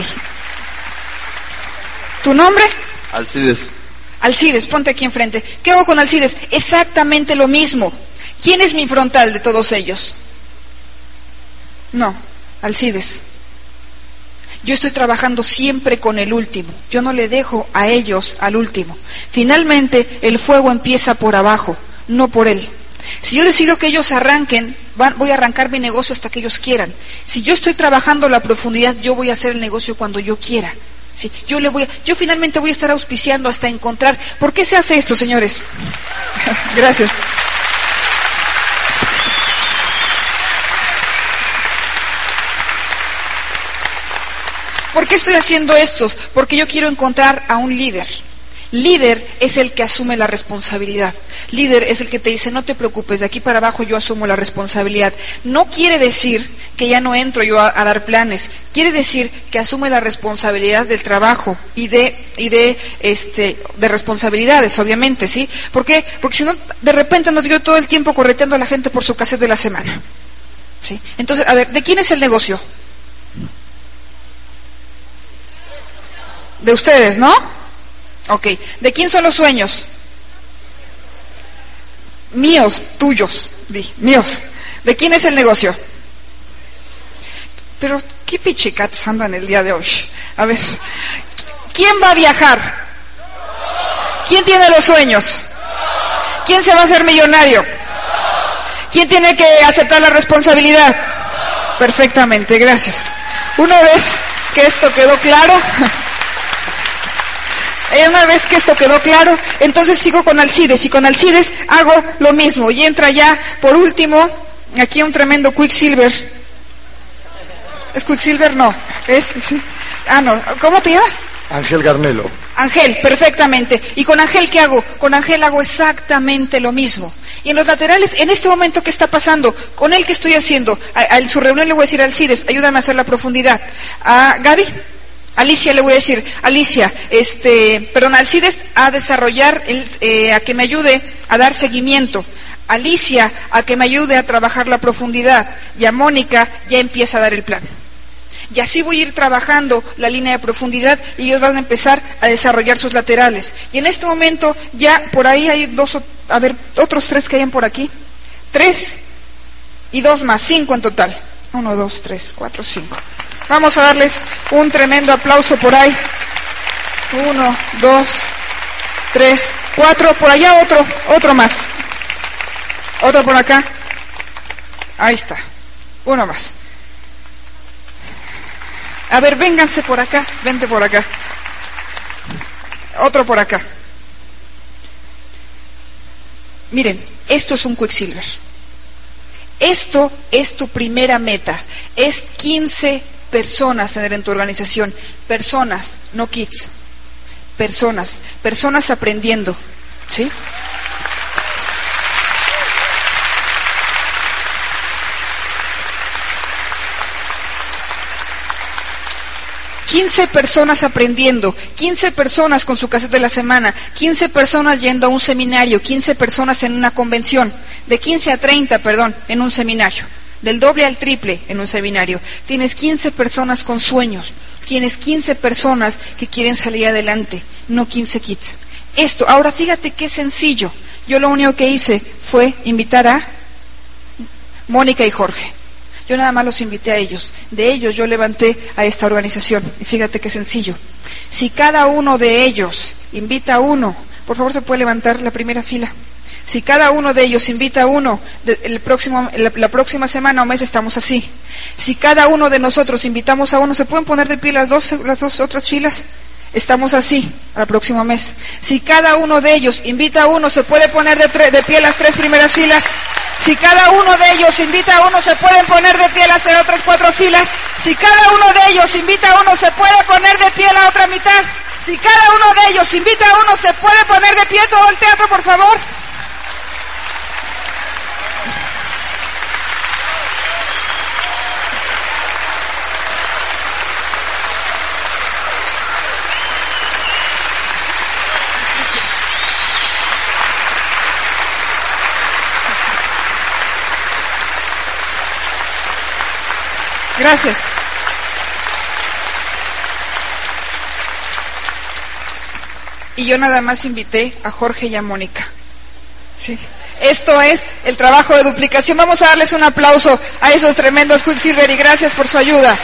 ¿Tu nombre? Alcides. Alcides, ponte aquí enfrente. ¿Qué hago con Alcides? Exactamente lo mismo. ¿Quién es mi frontal de todos ellos? No, Alcides. Yo estoy trabajando siempre con el último. Yo no le dejo a ellos al último. Finalmente, el fuego empieza por abajo, no por él. Si yo decido que ellos arranquen, voy a arrancar mi negocio hasta que ellos quieran. Si yo estoy trabajando la profundidad, yo voy a hacer el negocio cuando yo quiera. ¿Sí? Yo finalmente voy a estar auspiciando hasta encontrar. ¿Por qué se hace esto, señores? Gracias. ¿Por qué estoy haciendo esto? Porque yo quiero encontrar a un líder. Líder es el que asume la responsabilidad. Líder es el que te dice, no te preocupes, de aquí para abajo yo asumo la responsabilidad. No quiere decir que ya no entro yo a dar planes. Quiere decir que asume la responsabilidad del trabajo y de responsabilidades, obviamente, ¿sí? ¿Por qué? Porque si no, de repente ando yo todo el tiempo correteando a la gente por su cassette de la semana. ¿Sí? Entonces, a ver, ¿de quién es el negocio? De ustedes, ¿no? Ok. ¿De quién son los sueños? Míos, tuyos, míos. ¿De quién es el negocio? Pero, ¿qué pichicatos andan el día de hoy? A ver, ¿quién va a viajar? ¿Quién tiene los sueños? ¿Quién se va a hacer millonario? ¿Quién tiene que aceptar la responsabilidad? Perfectamente, gracias. Una vez que esto quedó claro... Una vez que esto quedó claro, entonces sigo con Alcides, y con Alcides hago lo mismo, y entra ya, por último, aquí un tremendo Quicksilver. ¿Es Quicksilver? No. Sí. No. ¿Cómo te llamas? Ángel Garnelo. Ángel, perfectamente. ¿Y con Ángel qué hago? Con Ángel hago exactamente lo mismo. Y en los laterales, en este momento, ¿qué está pasando? Con él, ¿qué estoy haciendo? A su reunión le voy a decir a Alcides, ayúdame a hacer la profundidad. A Gaby, Alicia le voy a decir, Alicia, Alcides a desarrollar, a que me ayude a dar seguimiento. Alicia a que me ayude a trabajar la profundidad. Y a Mónica ya empieza a dar el plan. Y así voy a ir trabajando la línea de profundidad y ellos van a empezar a desarrollar sus laterales. Y en este momento ya por ahí hay otros 3 que hayan por aquí. 3 y 2 más, 5 en total. 1, 2, 3, 4, 5. Vamos a darles un tremendo aplauso por ahí. 1, 2, 3, 4. Por allá otro más. Otro por acá. Ahí está. Uno más. A ver, vénganse por acá, vente por acá. Otro por acá. Miren, esto es un Quicksilver. Esto es tu primera meta. Es 15 personas tener en tu organización. Personas, no kids. Personas aprendiendo. ¿Sí? ...15 personas aprendiendo, 15 personas con su cassette de la semana, 15 personas yendo a un seminario, 15 personas en una convención, de 15 a 30, en un seminario, del doble al triple en un seminario. Tienes 15 personas con sueños, tienes 15 personas que quieren salir adelante, no 15 kids. Esto, ahora fíjate qué sencillo. Yo lo único que hice fue invitar a Mónica y Jorge. Yo nada más los invité a ellos. De ellos yo levanté a esta organización. Y fíjate qué sencillo. Si cada uno de ellos invita a uno, por favor se puede levantar la primera fila. Si cada uno de ellos invita a uno, la próxima semana o mes estamos así. Si cada uno de nosotros invitamos a uno, ¿se pueden poner de pie las dos otras filas? Estamos así, al próximo mes. Si cada uno de ellos invita a uno, ¿se puede poner de pie las 3 primeras filas? Si cada uno de ellos invita a uno, ¿se pueden poner de pie las otras 4 filas? Si cada uno de ellos invita a uno, ¿se puede poner de pie la otra mitad? Si cada uno de ellos invita a uno, ¿se puede poner de pie todo el teatro, por favor? Gracias. Y yo nada más invité a Jorge y a Mónica. Sí. Esto es el trabajo de duplicación. Vamos a darles un aplauso a esos tremendos Quicksilver y gracias por su ayuda.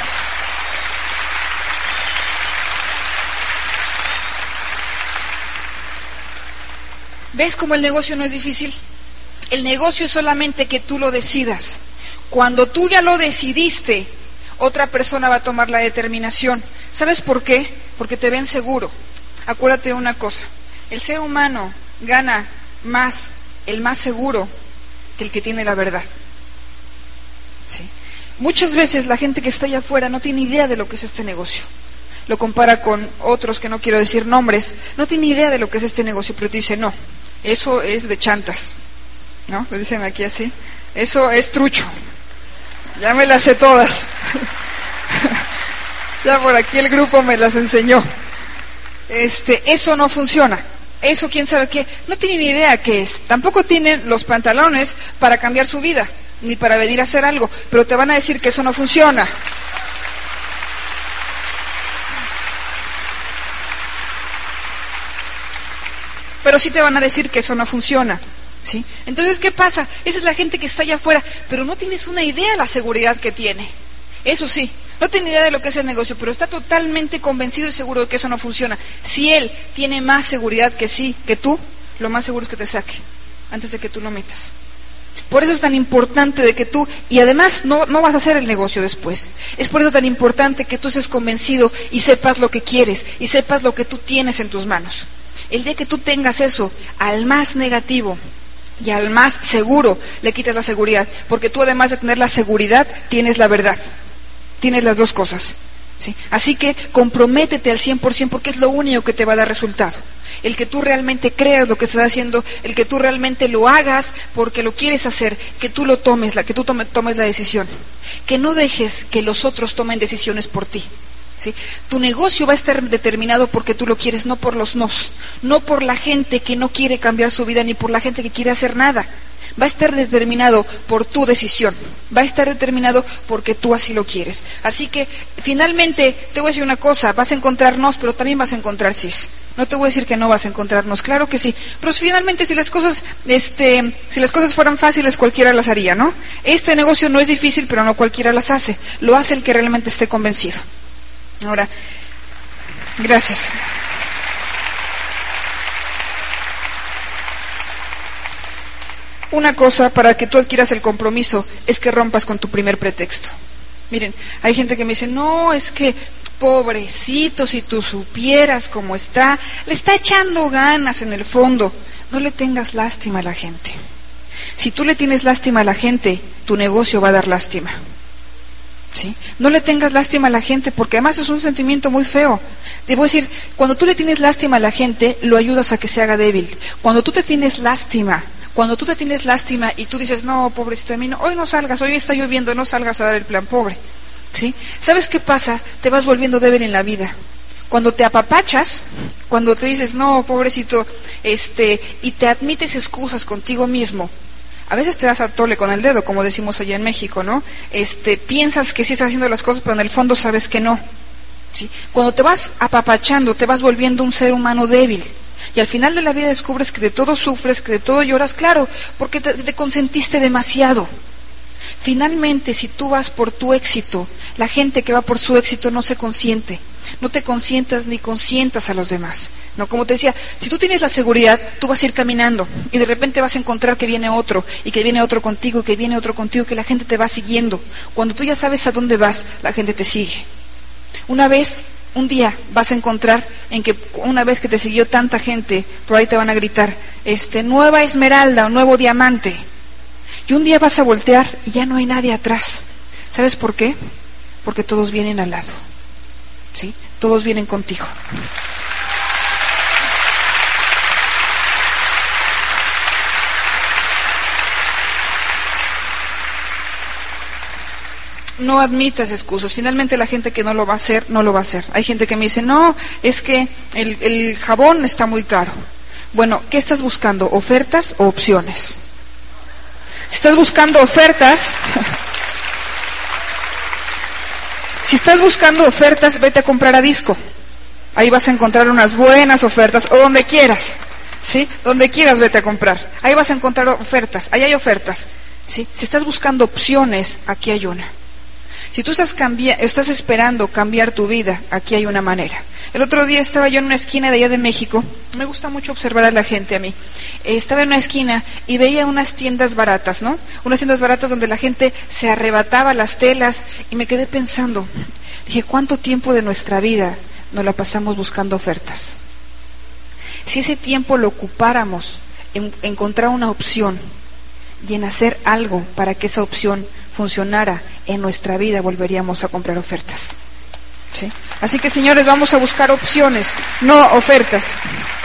¿Ves cómo el negocio no es difícil? El negocio es solamente que tú lo decidas. Cuando tú ya lo decidiste, otra persona va a tomar la determinación. ¿Sabes por qué? Porque te ven seguro. Acuérdate de una cosa, el ser humano gana más, el más seguro, que el que tiene la verdad. ¿Sí? Muchas veces la gente que está allá afuera no tiene idea de lo que es este negocio. Lo compara con otros que no quiero decir nombres, no tiene idea de lo que es este negocio, pero te dice, no, eso es de chantas, ¿no? Lo dicen aquí así, eso es trucho. Ya me las sé todas. Ya por aquí el grupo me las enseñó. Eso no funciona. Eso quién sabe qué. No tienen ni idea qué es. Tampoco tienen los pantalones para cambiar su vida, ni para venir a hacer algo. Pero te van a decir que eso no funciona. Pero sí te van a decir que eso no funciona. ¿Sí? Entonces, ¿qué pasa? Esa es la gente que está allá afuera, pero no tienes una idea de la seguridad que tiene. Eso sí, no tiene idea de lo que es el negocio, pero está totalmente convencido y seguro de que eso no funciona. Si él tiene más seguridad que tú, lo más seguro es que te saque, antes de que tú lo metas. Por eso es tan importante de que tú, y además no vas a hacer el negocio después. Es por eso tan importante que tú estés convencido y sepas lo que quieres, y sepas lo que tú tienes en tus manos. El día que tú tengas eso, al más negativo y al más seguro le quitas la seguridad, porque tú además de tener la seguridad, tienes la verdad. Tienes las dos cosas, ¿sí? Así que comprométete al 100% porque es lo único que te va a dar resultado. El que tú realmente creas lo que estás haciendo, el que tú realmente lo hagas porque lo quieres hacer, que tú lo tomes, que tú tomes la decisión. Que no dejes que los otros tomen decisiones por ti. ¿Sí? Tu negocio va a estar determinado porque tú lo quieres, no por los nos, no por la gente que no quiere cambiar su vida, ni por la gente que quiere hacer nada. Va a estar determinado por tu decisión, va a estar determinado porque tú así lo quieres. Así que, finalmente, te voy a decir una cosa, vas a encontrar nos, pero también vas a encontrar sís. No te voy a decir que no vas a encontrarnos, claro que sí. Pero finalmente, si las cosas fueran fáciles, cualquiera las haría, ¿no? Este negocio no es difícil, pero no cualquiera las hace. Lo hace el que realmente esté convencido. Ahora, gracias. Una cosa para que tú adquieras el compromiso es que rompas con tu primer pretexto. Miren, hay gente que me dice, no, es que pobrecito, si tú supieras cómo está, le está echando ganas en el fondo. No le tengas lástima a la gente. Si tú le tienes lástima a la gente, tu negocio va a dar lástima. ¿Sí? No le tengas lástima a la gente porque además es un sentimiento muy feo. Debo decir, cuando tú le tienes lástima a la gente, lo ayudas a que se haga débil. Cuando tú te tienes lástima y tú dices, no, pobrecito de mí, no, hoy no salgas, hoy está lloviendo, no salgas a dar el plan pobre. ¿Sí? ¿Sabes qué pasa? Te vas volviendo débil en la vida. Cuando te apapachas, cuando te dices, no, pobrecito, y te admites excusas contigo mismo, a veces te das a tole con el dedo, como decimos allá en México, ¿no? Piensas que sí estás haciendo las cosas, pero en el fondo sabes que no. ¿Sí? Cuando te vas apapachando, te vas volviendo un ser humano débil. Y al final de la vida descubres que de todo sufres, que de todo lloras, claro, porque te consentiste demasiado. Finalmente, si tú vas por tu éxito, la gente que va por su éxito no se consiente. No te consientas ni consientas a los demás. No, como te decía, si tú tienes la seguridad, tú vas a ir caminando y de repente vas a encontrar que viene otro y que viene otro contigo y que viene otro contigo, que la gente te va siguiendo. Cuando tú ya sabes a dónde vas, la gente te sigue. Un día vas a encontrar en que una vez que te siguió tanta gente, por ahí te van a gritar, nueva esmeralda o nuevo diamante. Y un día vas a voltear y ya no hay nadie atrás. ¿Sabes por qué? Porque todos vienen al lado. ¿Sí? Todos vienen contigo. No admitas excusas. Finalmente la gente que no lo va a hacer, no lo va a hacer. Hay gente que me dice, no, es que el jabón está muy caro. Bueno, ¿qué estás buscando? ¿Ofertas o opciones? Si estás buscando ofertas, vete a comprar a Disco. Ahí vas a encontrar unas buenas ofertas, o donde quieras, ¿sí? Donde quieras vete a comprar. Ahí vas a encontrar ofertas, ahí hay ofertas, ¿sí? Si estás buscando opciones, aquí hay una. Si tú estás esperando cambiar tu vida, aquí hay una manera. El otro día estaba yo en una esquina de allá de México. Me gusta mucho observar a la gente a mí. Estaba en una esquina y veía unas tiendas baratas, ¿no? Unas tiendas baratas donde la gente se arrebataba las telas y me quedé pensando. Dije, ¿cuánto tiempo de nuestra vida nos la pasamos buscando ofertas? Si ese tiempo lo ocupáramos en encontrar una opción y en hacer algo para que esa opción funcionara en nuestra vida, volveríamos a comprar ofertas. ¿Sí? Así que, señores, vamos a buscar opciones, no ofertas.